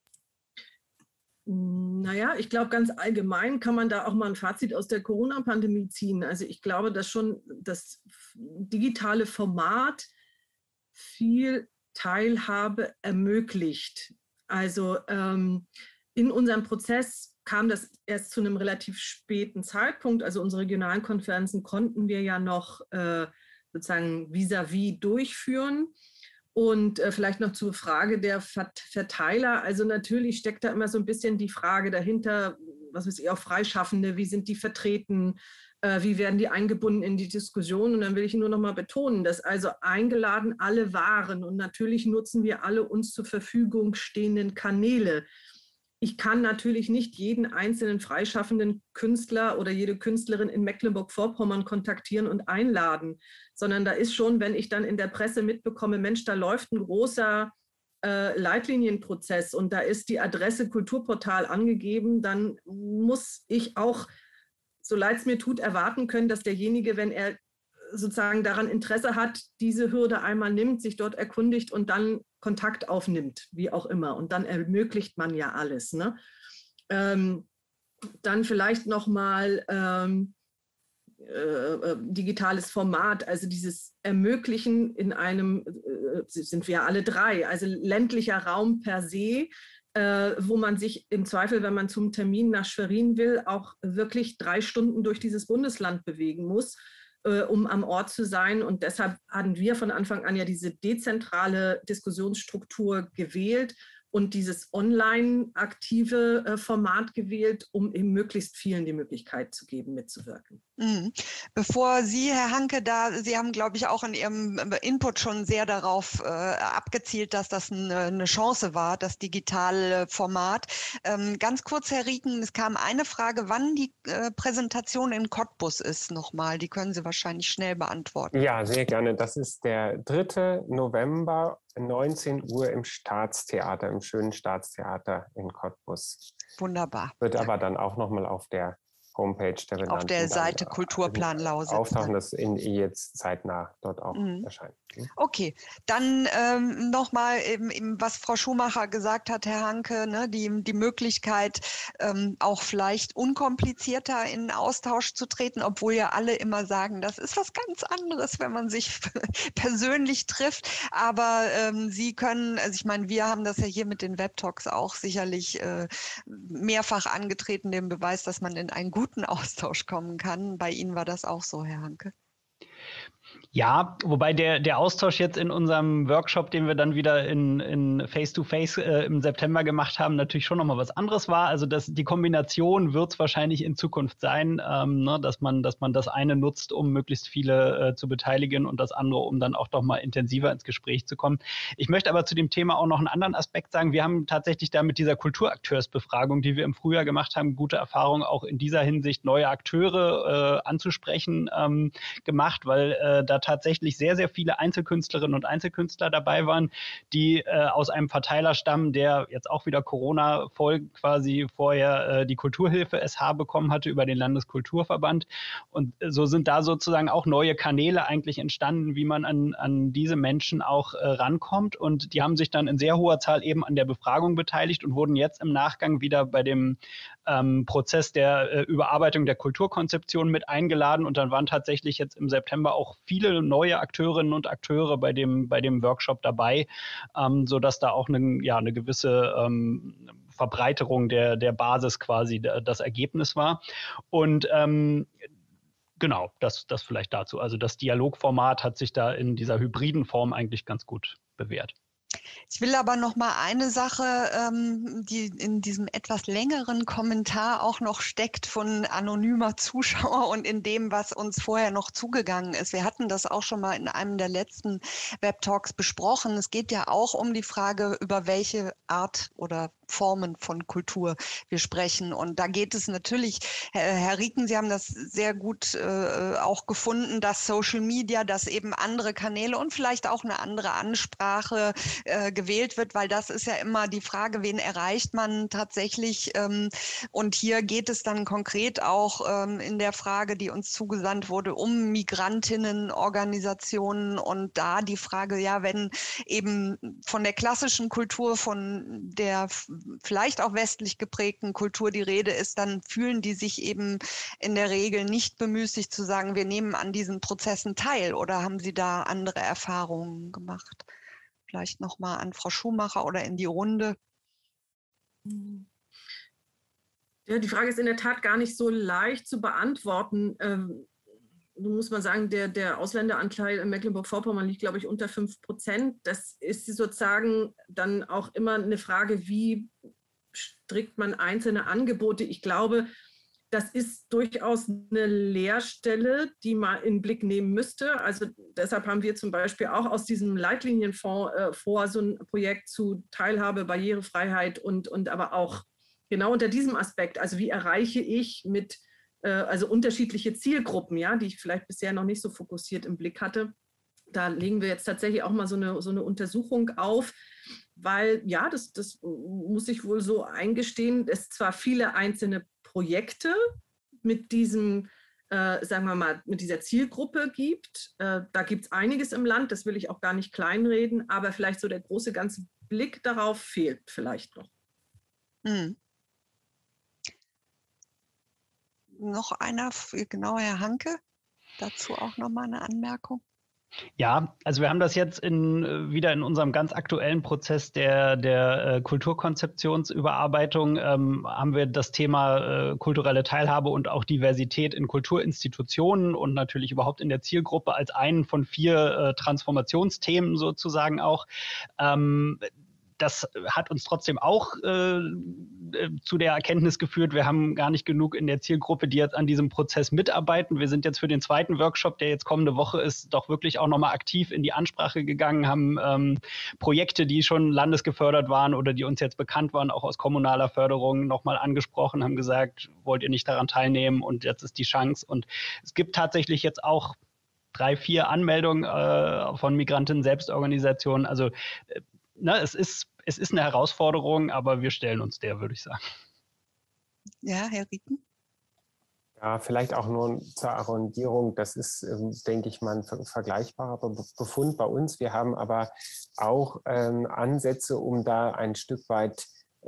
Naja, ich glaube, ganz allgemein kann man da auch mal ein Fazit aus der Corona-Pandemie ziehen. Also ich glaube, dass schon das digitale Format viel Teilhabe ermöglicht. Also ähm, in unserem Prozess kam das erst zu einem relativ späten Zeitpunkt. Also unsere regionalen Konferenzen konnten wir ja noch äh, sozusagen vis-à-vis durchführen. Und äh, vielleicht noch zur Frage der Verteiler. Also natürlich steckt da immer so ein bisschen die Frage dahinter, was weiß ich, auch Freischaffende, wie sind die vertreten? Äh, wie werden die eingebunden in die Diskussion? Und dann will ich nur noch mal betonen, dass also eingeladen alle waren. Und natürlich nutzen wir alle uns zur Verfügung stehenden Kanäle. Ich kann natürlich nicht jeden einzelnen freischaffenden Künstler oder jede Künstlerin in Mecklenburg-Vorpommern kontaktieren und einladen, sondern da ist schon, wenn ich dann in der Presse mitbekomme, Mensch, da läuft ein großer äh, Leitlinienprozess und da ist die Adresse Kulturportal angegeben, dann muss ich auch, so leid es mir tut, erwarten können, dass derjenige, wenn er sozusagen daran Interesse hat, diese Hürde einmal nimmt, sich dort erkundigt und dann Kontakt aufnimmt, wie auch immer. Und dann ermöglicht man ja alles. Ne? Ähm, dann vielleicht nochmal ähm, äh, digitales Format, also dieses Ermöglichen in einem, äh, sind wir alle drei, also ländlicher Raum per se, äh, wo man sich im Zweifel, wenn man zum Termin nach Schwerin will, auch wirklich drei Stunden durch dieses Bundesland bewegen muss, um am Ort zu sein. Und deshalb hatten wir von Anfang an ja diese dezentrale Diskussionsstruktur gewählt und dieses online-aktive äh, Format gewählt, um eben möglichst vielen die Möglichkeit zu geben, mitzuwirken. Mhm. Bevor Sie, Herr Hanke, da, Sie haben, glaube ich, auch in Ihrem Input schon sehr darauf äh, abgezielt, dass das eine, eine Chance war, das digitale Format. Ähm, ganz kurz, Herr Rieken, es kam eine Frage, wann die äh, Präsentation in Cottbus ist nochmal. Die können Sie wahrscheinlich schnell beantworten. Ja, sehr gerne. Das ist der dritte November, neunzehn Uhr im Staatstheater, im schönen Staatstheater in Cottbus. Wunderbar. Wird aber dann auch nochmal auf der Homepage der Benannten auf der Seite dann, Kulturplan Lausitz auftauchen, das in jetzt zeitnah dort auch mhm. erscheint. Okay, dann ähm, nochmal, was Frau Schumacher gesagt hat, Herr Hanke, ne, die, die Möglichkeit, ähm, auch vielleicht unkomplizierter in Austausch zu treten, obwohl ja alle immer sagen, das ist was ganz anderes, wenn man sich persönlich trifft. Aber ähm, Sie können, also ich meine, wir haben das ja hier mit den Webtalks auch sicherlich äh, mehrfach angetreten, den Beweis, dass man in einen guten Austausch kommen kann. Bei Ihnen war das auch so, Herr Hanke. Ja, wobei der, der Austausch jetzt in unserem Workshop, den wir dann wieder in, in Face-to-Face äh, im September gemacht haben, natürlich schon nochmal was anderes war. Also das, die Kombination wird es wahrscheinlich in Zukunft sein, ähm, ne, dass man, dass man das eine nutzt, um möglichst viele äh, zu beteiligen und das andere, um dann auch doch mal intensiver ins Gespräch zu kommen. Ich möchte aber zu dem Thema auch noch einen anderen Aspekt sagen. Wir haben tatsächlich da mit dieser Kulturakteursbefragung, die wir im Frühjahr gemacht haben, gute Erfahrungen auch in dieser Hinsicht, neue Akteure äh, anzusprechen ähm, gemacht, weil äh, da tatsächlich sehr, sehr viele Einzelkünstlerinnen und Einzelkünstler dabei waren, die äh, aus einem Verteiler stammen, der jetzt auch wieder Corona-Folgen quasi vorher äh, die Kulturhilfe S H bekommen hatte über den Landeskulturverband. Und so sind da sozusagen auch neue Kanäle eigentlich entstanden, wie man an, an diese Menschen auch äh, rankommt. Und die haben sich dann in sehr hoher Zahl eben an der Befragung beteiligt und wurden jetzt im Nachgang wieder bei dem ähm, Prozess der äh, Überarbeitung der Kulturkonzeption mit eingeladen. Und dann waren tatsächlich jetzt im September auch viele neue Akteurinnen und Akteure bei dem, bei dem Workshop dabei, ähm, sodass da auch eine, ja, eine gewisse ähm, Verbreiterung der, der Basis quasi das Ergebnis war. Und ähm, genau, das, das vielleicht dazu. Also das Dialogformat hat sich da in dieser hybriden Form eigentlich ganz gut bewährt. Ich will aber noch mal eine Sache, ähm, die in diesem etwas längeren Kommentar auch noch steckt von anonymer Zuschauer und in dem, was uns vorher noch zugegangen ist. Wir hatten das auch schon mal in einem der letzten Webtalks besprochen. Es geht ja auch um die Frage, über welche Art oder Formen von Kultur wir sprechen. Und da geht es natürlich, Herr, Herr Rieken, Sie haben das sehr gut äh, auch gefunden, dass Social Media, dass eben andere Kanäle und vielleicht auch eine andere Ansprache äh, gewählt wird, weil das ist ja immer die Frage, wen erreicht man tatsächlich. Ähm, und hier geht es dann konkret auch ähm, in der Frage, die uns zugesandt wurde, um Migrantinnenorganisationen und da die Frage, ja, wenn eben von der klassischen Kultur, von der vielleicht auch westlich geprägten Kultur die Rede ist, dann fühlen die sich eben in der Regel nicht bemüßigt zu sagen, wir nehmen an diesen Prozessen teil. Oder haben Sie da andere Erfahrungen gemacht? Vielleicht nochmal an Frau Schumacher oder in die Runde. Ja, die Frage ist in der Tat gar nicht so leicht zu beantworten. Ähm, nun muss man sagen, der, der Ausländeranteil in Mecklenburg-Vorpommern liegt, glaube ich, unter fünf Prozent. Das ist sozusagen dann auch immer eine Frage, wie strickt man einzelne Angebote. Ich glaube, das ist durchaus eine Leerstelle, die man in den Blick nehmen müsste. Also deshalb haben wir zum Beispiel auch aus diesem Leitlinienfonds äh, vor, so ein Projekt zu Teilhabe, Barrierefreiheit und, und aber auch genau unter diesem Aspekt. Also wie erreiche ich mit, äh, also unterschiedliche Zielgruppen, ja, die ich vielleicht bisher noch nicht so fokussiert im Blick hatte. Da legen wir jetzt tatsächlich auch mal so eine, so eine Untersuchung auf, weil ja, das, das muss ich wohl so eingestehen, es zwar viele einzelne Projekte mit diesem, äh, sagen wir mal, mit dieser Zielgruppe gibt. Äh, da gibt es einiges im Land, das will ich auch gar nicht kleinreden, aber vielleicht so der große ganze Blick darauf fehlt vielleicht noch. Hm. Noch einer, genau, Herr Hanke, dazu auch nochmal eine Anmerkung. Ja, also wir haben das jetzt in, wieder in unserem ganz aktuellen Prozess der, der äh, Kulturkonzeptionsüberarbeitung, ähm, haben wir das Thema äh, kulturelle Teilhabe und auch Diversität in Kulturinstitutionen und natürlich überhaupt in der Zielgruppe als einen von vier äh, Transformationsthemen sozusagen auch. Ähm, Das hat uns trotzdem auch äh, zu der Erkenntnis geführt, wir haben gar nicht genug in der Zielgruppe, die jetzt an diesem Prozess mitarbeiten. Wir sind jetzt für den zweiten Workshop, der jetzt kommende Woche ist, doch wirklich auch nochmal aktiv in die Ansprache gegangen, haben ähm, Projekte, die schon landesgefördert waren oder die uns jetzt bekannt waren, auch aus kommunaler Förderung nochmal angesprochen, haben gesagt, wollt ihr nicht daran teilnehmen und jetzt ist die Chance. Und es gibt tatsächlich jetzt auch drei, vier Anmeldungen äh, von Migrantinnen-Selbstorganisationen. Also äh, Na, es ist, es ist eine Herausforderung, aber wir stellen uns der, würde ich sagen. Ja, Herr Rieken? Ja, vielleicht auch nur zur Arrondierung. Das ist, denke ich mal, ein vergleichbarer Befund bei uns. Wir haben aber auch ähm, Ansätze, um da ein Stück weit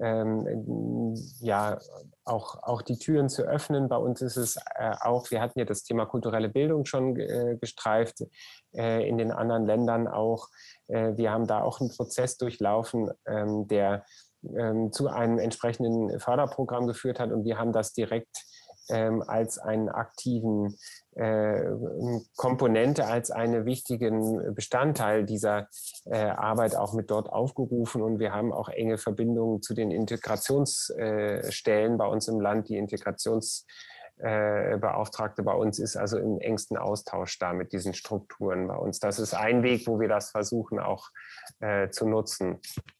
ähm, ja, auch, auch die Türen zu öffnen. Bei uns ist es äh, auch, wir hatten ja das Thema kulturelle Bildung schon äh, gestreift, äh, in den anderen Ländern auch. Äh, wir haben da auch einen Prozess durchlaufen, ähm, der ähm, zu einem entsprechenden Förderprogramm geführt hat und wir haben das direkt ähm, als einen aktiven äh, Komponente, als einen wichtigen Bestandteil dieser äh, Arbeit auch mit dort aufgerufen und wir haben auch enge Verbindungen zu den Integrationsstellen äh, bei uns im Land. Die Integrationsbeauftragte äh, bei uns ist also im engsten Austausch da mit diesen Strukturen bei uns. Das ist ein Weg, wo wir das versuchen auch äh, zu nutzen.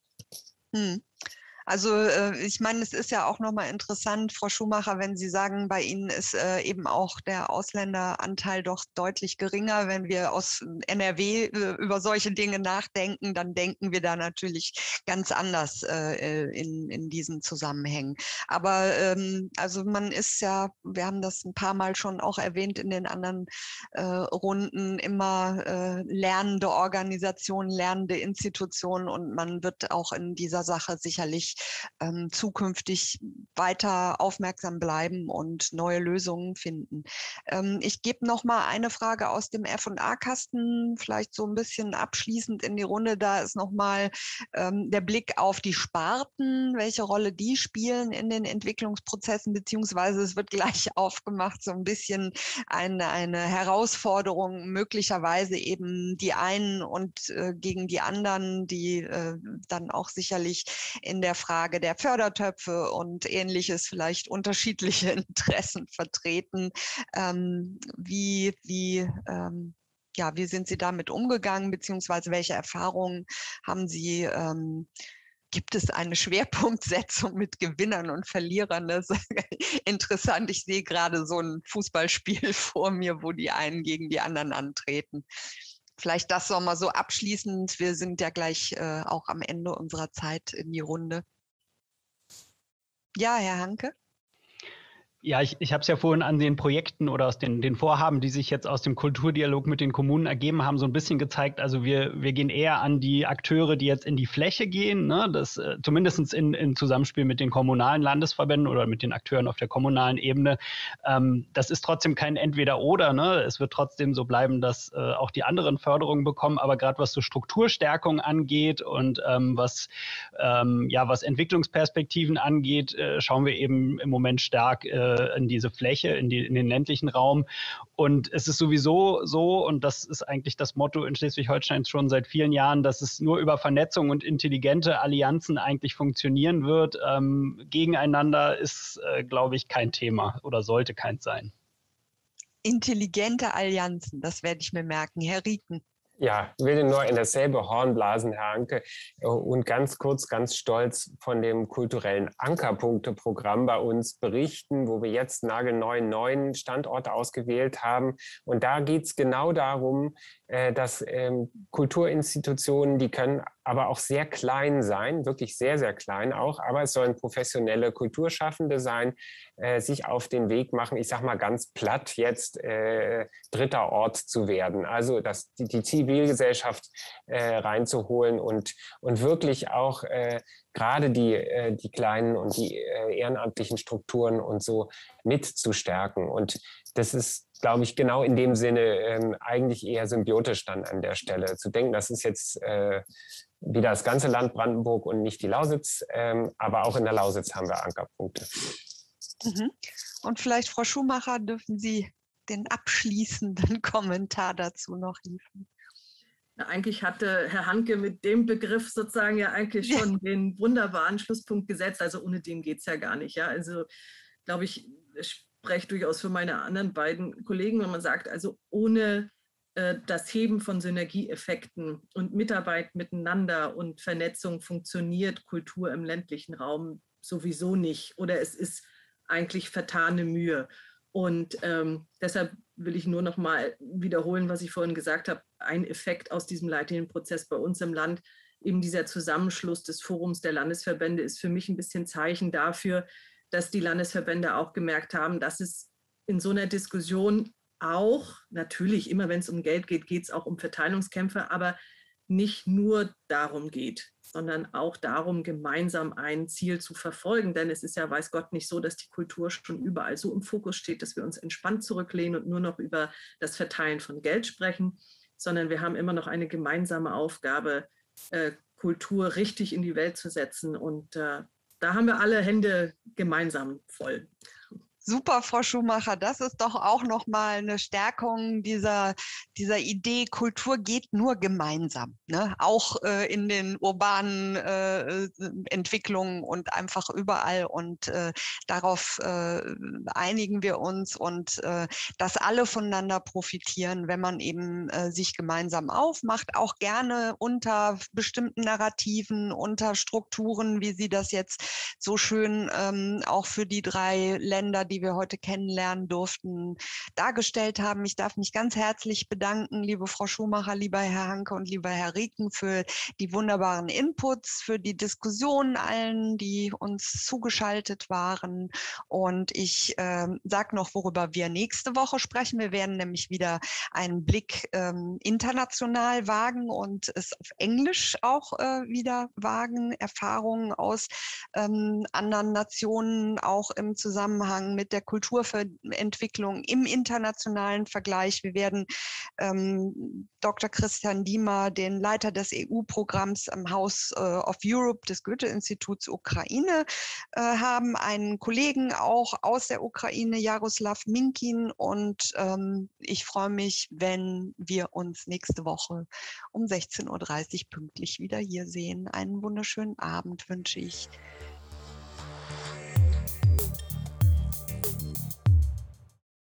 Hm. Also äh, ich meine, es ist ja auch nochmal interessant, Frau Schumacher, wenn Sie sagen, bei Ihnen ist äh, eben auch der Ausländeranteil doch deutlich geringer. Wenn wir aus N R W äh, über solche Dinge nachdenken, dann denken wir da natürlich ganz anders äh, in, in diesen Zusammenhängen. Aber ähm, also man ist ja, wir haben das ein paar Mal schon auch erwähnt in den anderen äh, Runden, immer äh, lernende Organisationen, lernende Institutionen und man wird auch in dieser Sache sicherlich Ähm, zukünftig weiter aufmerksam bleiben und neue Lösungen finden. Ähm, ich gebe noch mal eine Frage aus dem F und A-Kasten, vielleicht so ein bisschen abschließend in die Runde. Da ist noch mal ähm, der Blick auf die Sparten, welche Rolle die spielen in den Entwicklungsprozessen, beziehungsweise es wird gleich aufgemacht, so ein bisschen eine, eine Herausforderung, möglicherweise eben die einen und äh, gegen die anderen, die äh, dann auch sicherlich in der Frage der Fördertöpfe und Ähnliches vielleicht unterschiedliche Interessen vertreten. Ähm, wie, wie, ähm, ja, wie sind Sie damit umgegangen, beziehungsweise welche Erfahrungen haben Sie? Ähm, gibt es eine Schwerpunktsetzung mit Gewinnern und Verlierern? Das ist interessant. Ich sehe gerade so ein Fußballspiel vor mir, wo die einen gegen die anderen antreten. Vielleicht das nochmal so abschließend. Wir sind ja gleich äh, auch am Ende unserer Zeit in die Runde. Ja, Herr Hanke? Ja, ich, ich habe es ja vorhin an den Projekten oder aus den, den Vorhaben, die sich jetzt aus dem Kulturdialog mit den Kommunen ergeben haben, so ein bisschen gezeigt. Also wir, wir gehen eher an die Akteure, die jetzt in die Fläche gehen, ne? Das äh, zumindest in, in Zusammenspiel mit den kommunalen Landesverbänden oder mit den Akteuren auf der kommunalen Ebene. Ähm, das ist trotzdem kein Entweder-Oder, ne? Es wird trotzdem so bleiben, dass äh, auch die anderen Förderungen bekommen. Aber gerade was so Strukturstärkung angeht und ähm, was, ähm, ja, was Entwicklungsperspektiven angeht, äh, schauen wir eben im Moment stark äh, äh, in diese Fläche, in, die, in den ländlichen Raum. Und es ist sowieso so, und das ist eigentlich das Motto in Schleswig-Holstein schon seit vielen Jahren, dass es nur über Vernetzung und intelligente Allianzen eigentlich funktionieren wird. Ähm, gegeneinander ist, äh, glaube ich, kein Thema oder sollte keins sein. Intelligente Allianzen, das werde ich mir merken. Herr Rieken. Ja, ich will nur in dasselbe Horn blasen, Herr Hanke, und ganz kurz, ganz stolz von dem kulturellen Ankerpunkte-Programm bei uns berichten, wo wir jetzt nagelneu neuen Standorte ausgewählt haben. Und da geht es genau darum, dass Kulturinstitutionen, die können aber auch sehr klein sein, wirklich sehr, sehr klein auch, aber es sollen professionelle Kulturschaffende sein, äh, sich auf den Weg machen, ich sage mal ganz platt jetzt, äh, dritter Ort zu werden. Also das, die, die Zivilgesellschaft äh, reinzuholen und, und wirklich auch äh, gerade die, äh, die kleinen und die äh, ehrenamtlichen Strukturen und so mitzustärken. Und das ist, glaube ich, genau in dem Sinne ähm, eigentlich eher symbiotisch dann an der Stelle. Zu denken, das ist jetzt äh, wieder das ganze Land Brandenburg und nicht die Lausitz, ähm, aber auch in der Lausitz haben wir Ankerpunkte. Mhm. Und vielleicht, Frau Schumacher, dürfen Sie den abschließenden Kommentar dazu noch liefern. Ja, eigentlich hatte Herr Hanke mit dem Begriff sozusagen ja eigentlich schon ja. den wunderbaren Schlusspunkt gesetzt. Also ohne den geht es ja gar nicht. Ja? Also glaube ich, ich spreche durchaus für meine anderen beiden Kollegen, wenn man sagt, also ohne äh, das Heben von Synergieeffekten und Mitarbeit miteinander und Vernetzung funktioniert Kultur im ländlichen Raum sowieso nicht. Oder es ist eigentlich vertane Mühe. Und ähm, deshalb will ich nur noch mal wiederholen, was ich vorhin gesagt habe. Ein Effekt aus diesem Leitlinienprozess bei uns im Land, eben dieser Zusammenschluss des Forums der Landesverbände, ist für mich ein bisschen Zeichen dafür, dass die Landesverbände auch gemerkt haben, dass es in so einer Diskussion auch, natürlich immer wenn es um Geld geht, geht es auch um Verteilungskämpfe, aber nicht nur darum geht, sondern auch darum, gemeinsam ein Ziel zu verfolgen. Denn es ist ja, weiß Gott, nicht so, dass die Kultur schon überall so im Fokus steht, dass wir uns entspannt zurücklehnen und nur noch über das Verteilen von Geld sprechen, sondern wir haben immer noch eine gemeinsame Aufgabe, äh, Kultur richtig in die Welt zu setzen. Und äh, da haben wir alle Hände gemeinsam voll. Super, Frau Schumacher, das ist doch auch nochmal eine Stärkung dieser, dieser Idee, Kultur geht nur gemeinsam, ne? Auch äh, in den urbanen äh, Entwicklungen und einfach überall. Und äh, darauf äh, einigen wir uns und äh, dass alle voneinander profitieren, wenn man eben äh, sich gemeinsam aufmacht, auch gerne unter bestimmten Narrativen, unter Strukturen, wie Sie das jetzt so schön ähm, auch für die drei Länder, die wir heute kennenlernen durften, dargestellt haben. Ich darf mich ganz herzlich bedanken, liebe Frau Schumacher, lieber Herr Hanke und lieber Herr Rieken, für die wunderbaren Inputs, für die Diskussion allen, die uns zugeschaltet waren. Und ich äh, sage noch, worüber wir nächste Woche sprechen. Wir werden nämlich wieder einen Blick ähm, international wagen und es auf Englisch auch äh, wieder wagen, Erfahrungen aus ähm, anderen Nationen, auch im Zusammenhang mit der Kulturentwicklung im internationalen Vergleich. Wir werden ähm, Doktor Christian Diemer, den Leiter des E U-Programms am House äh, of Europe des Goethe-Instituts Ukraine, äh, haben, einen Kollegen auch aus der Ukraine, Jaroslav Minkin. Und ähm, ich freue mich, wenn wir uns nächste Woche um sechzehn Uhr dreißig pünktlich wieder hier sehen. Einen wunderschönen Abend wünsche ich.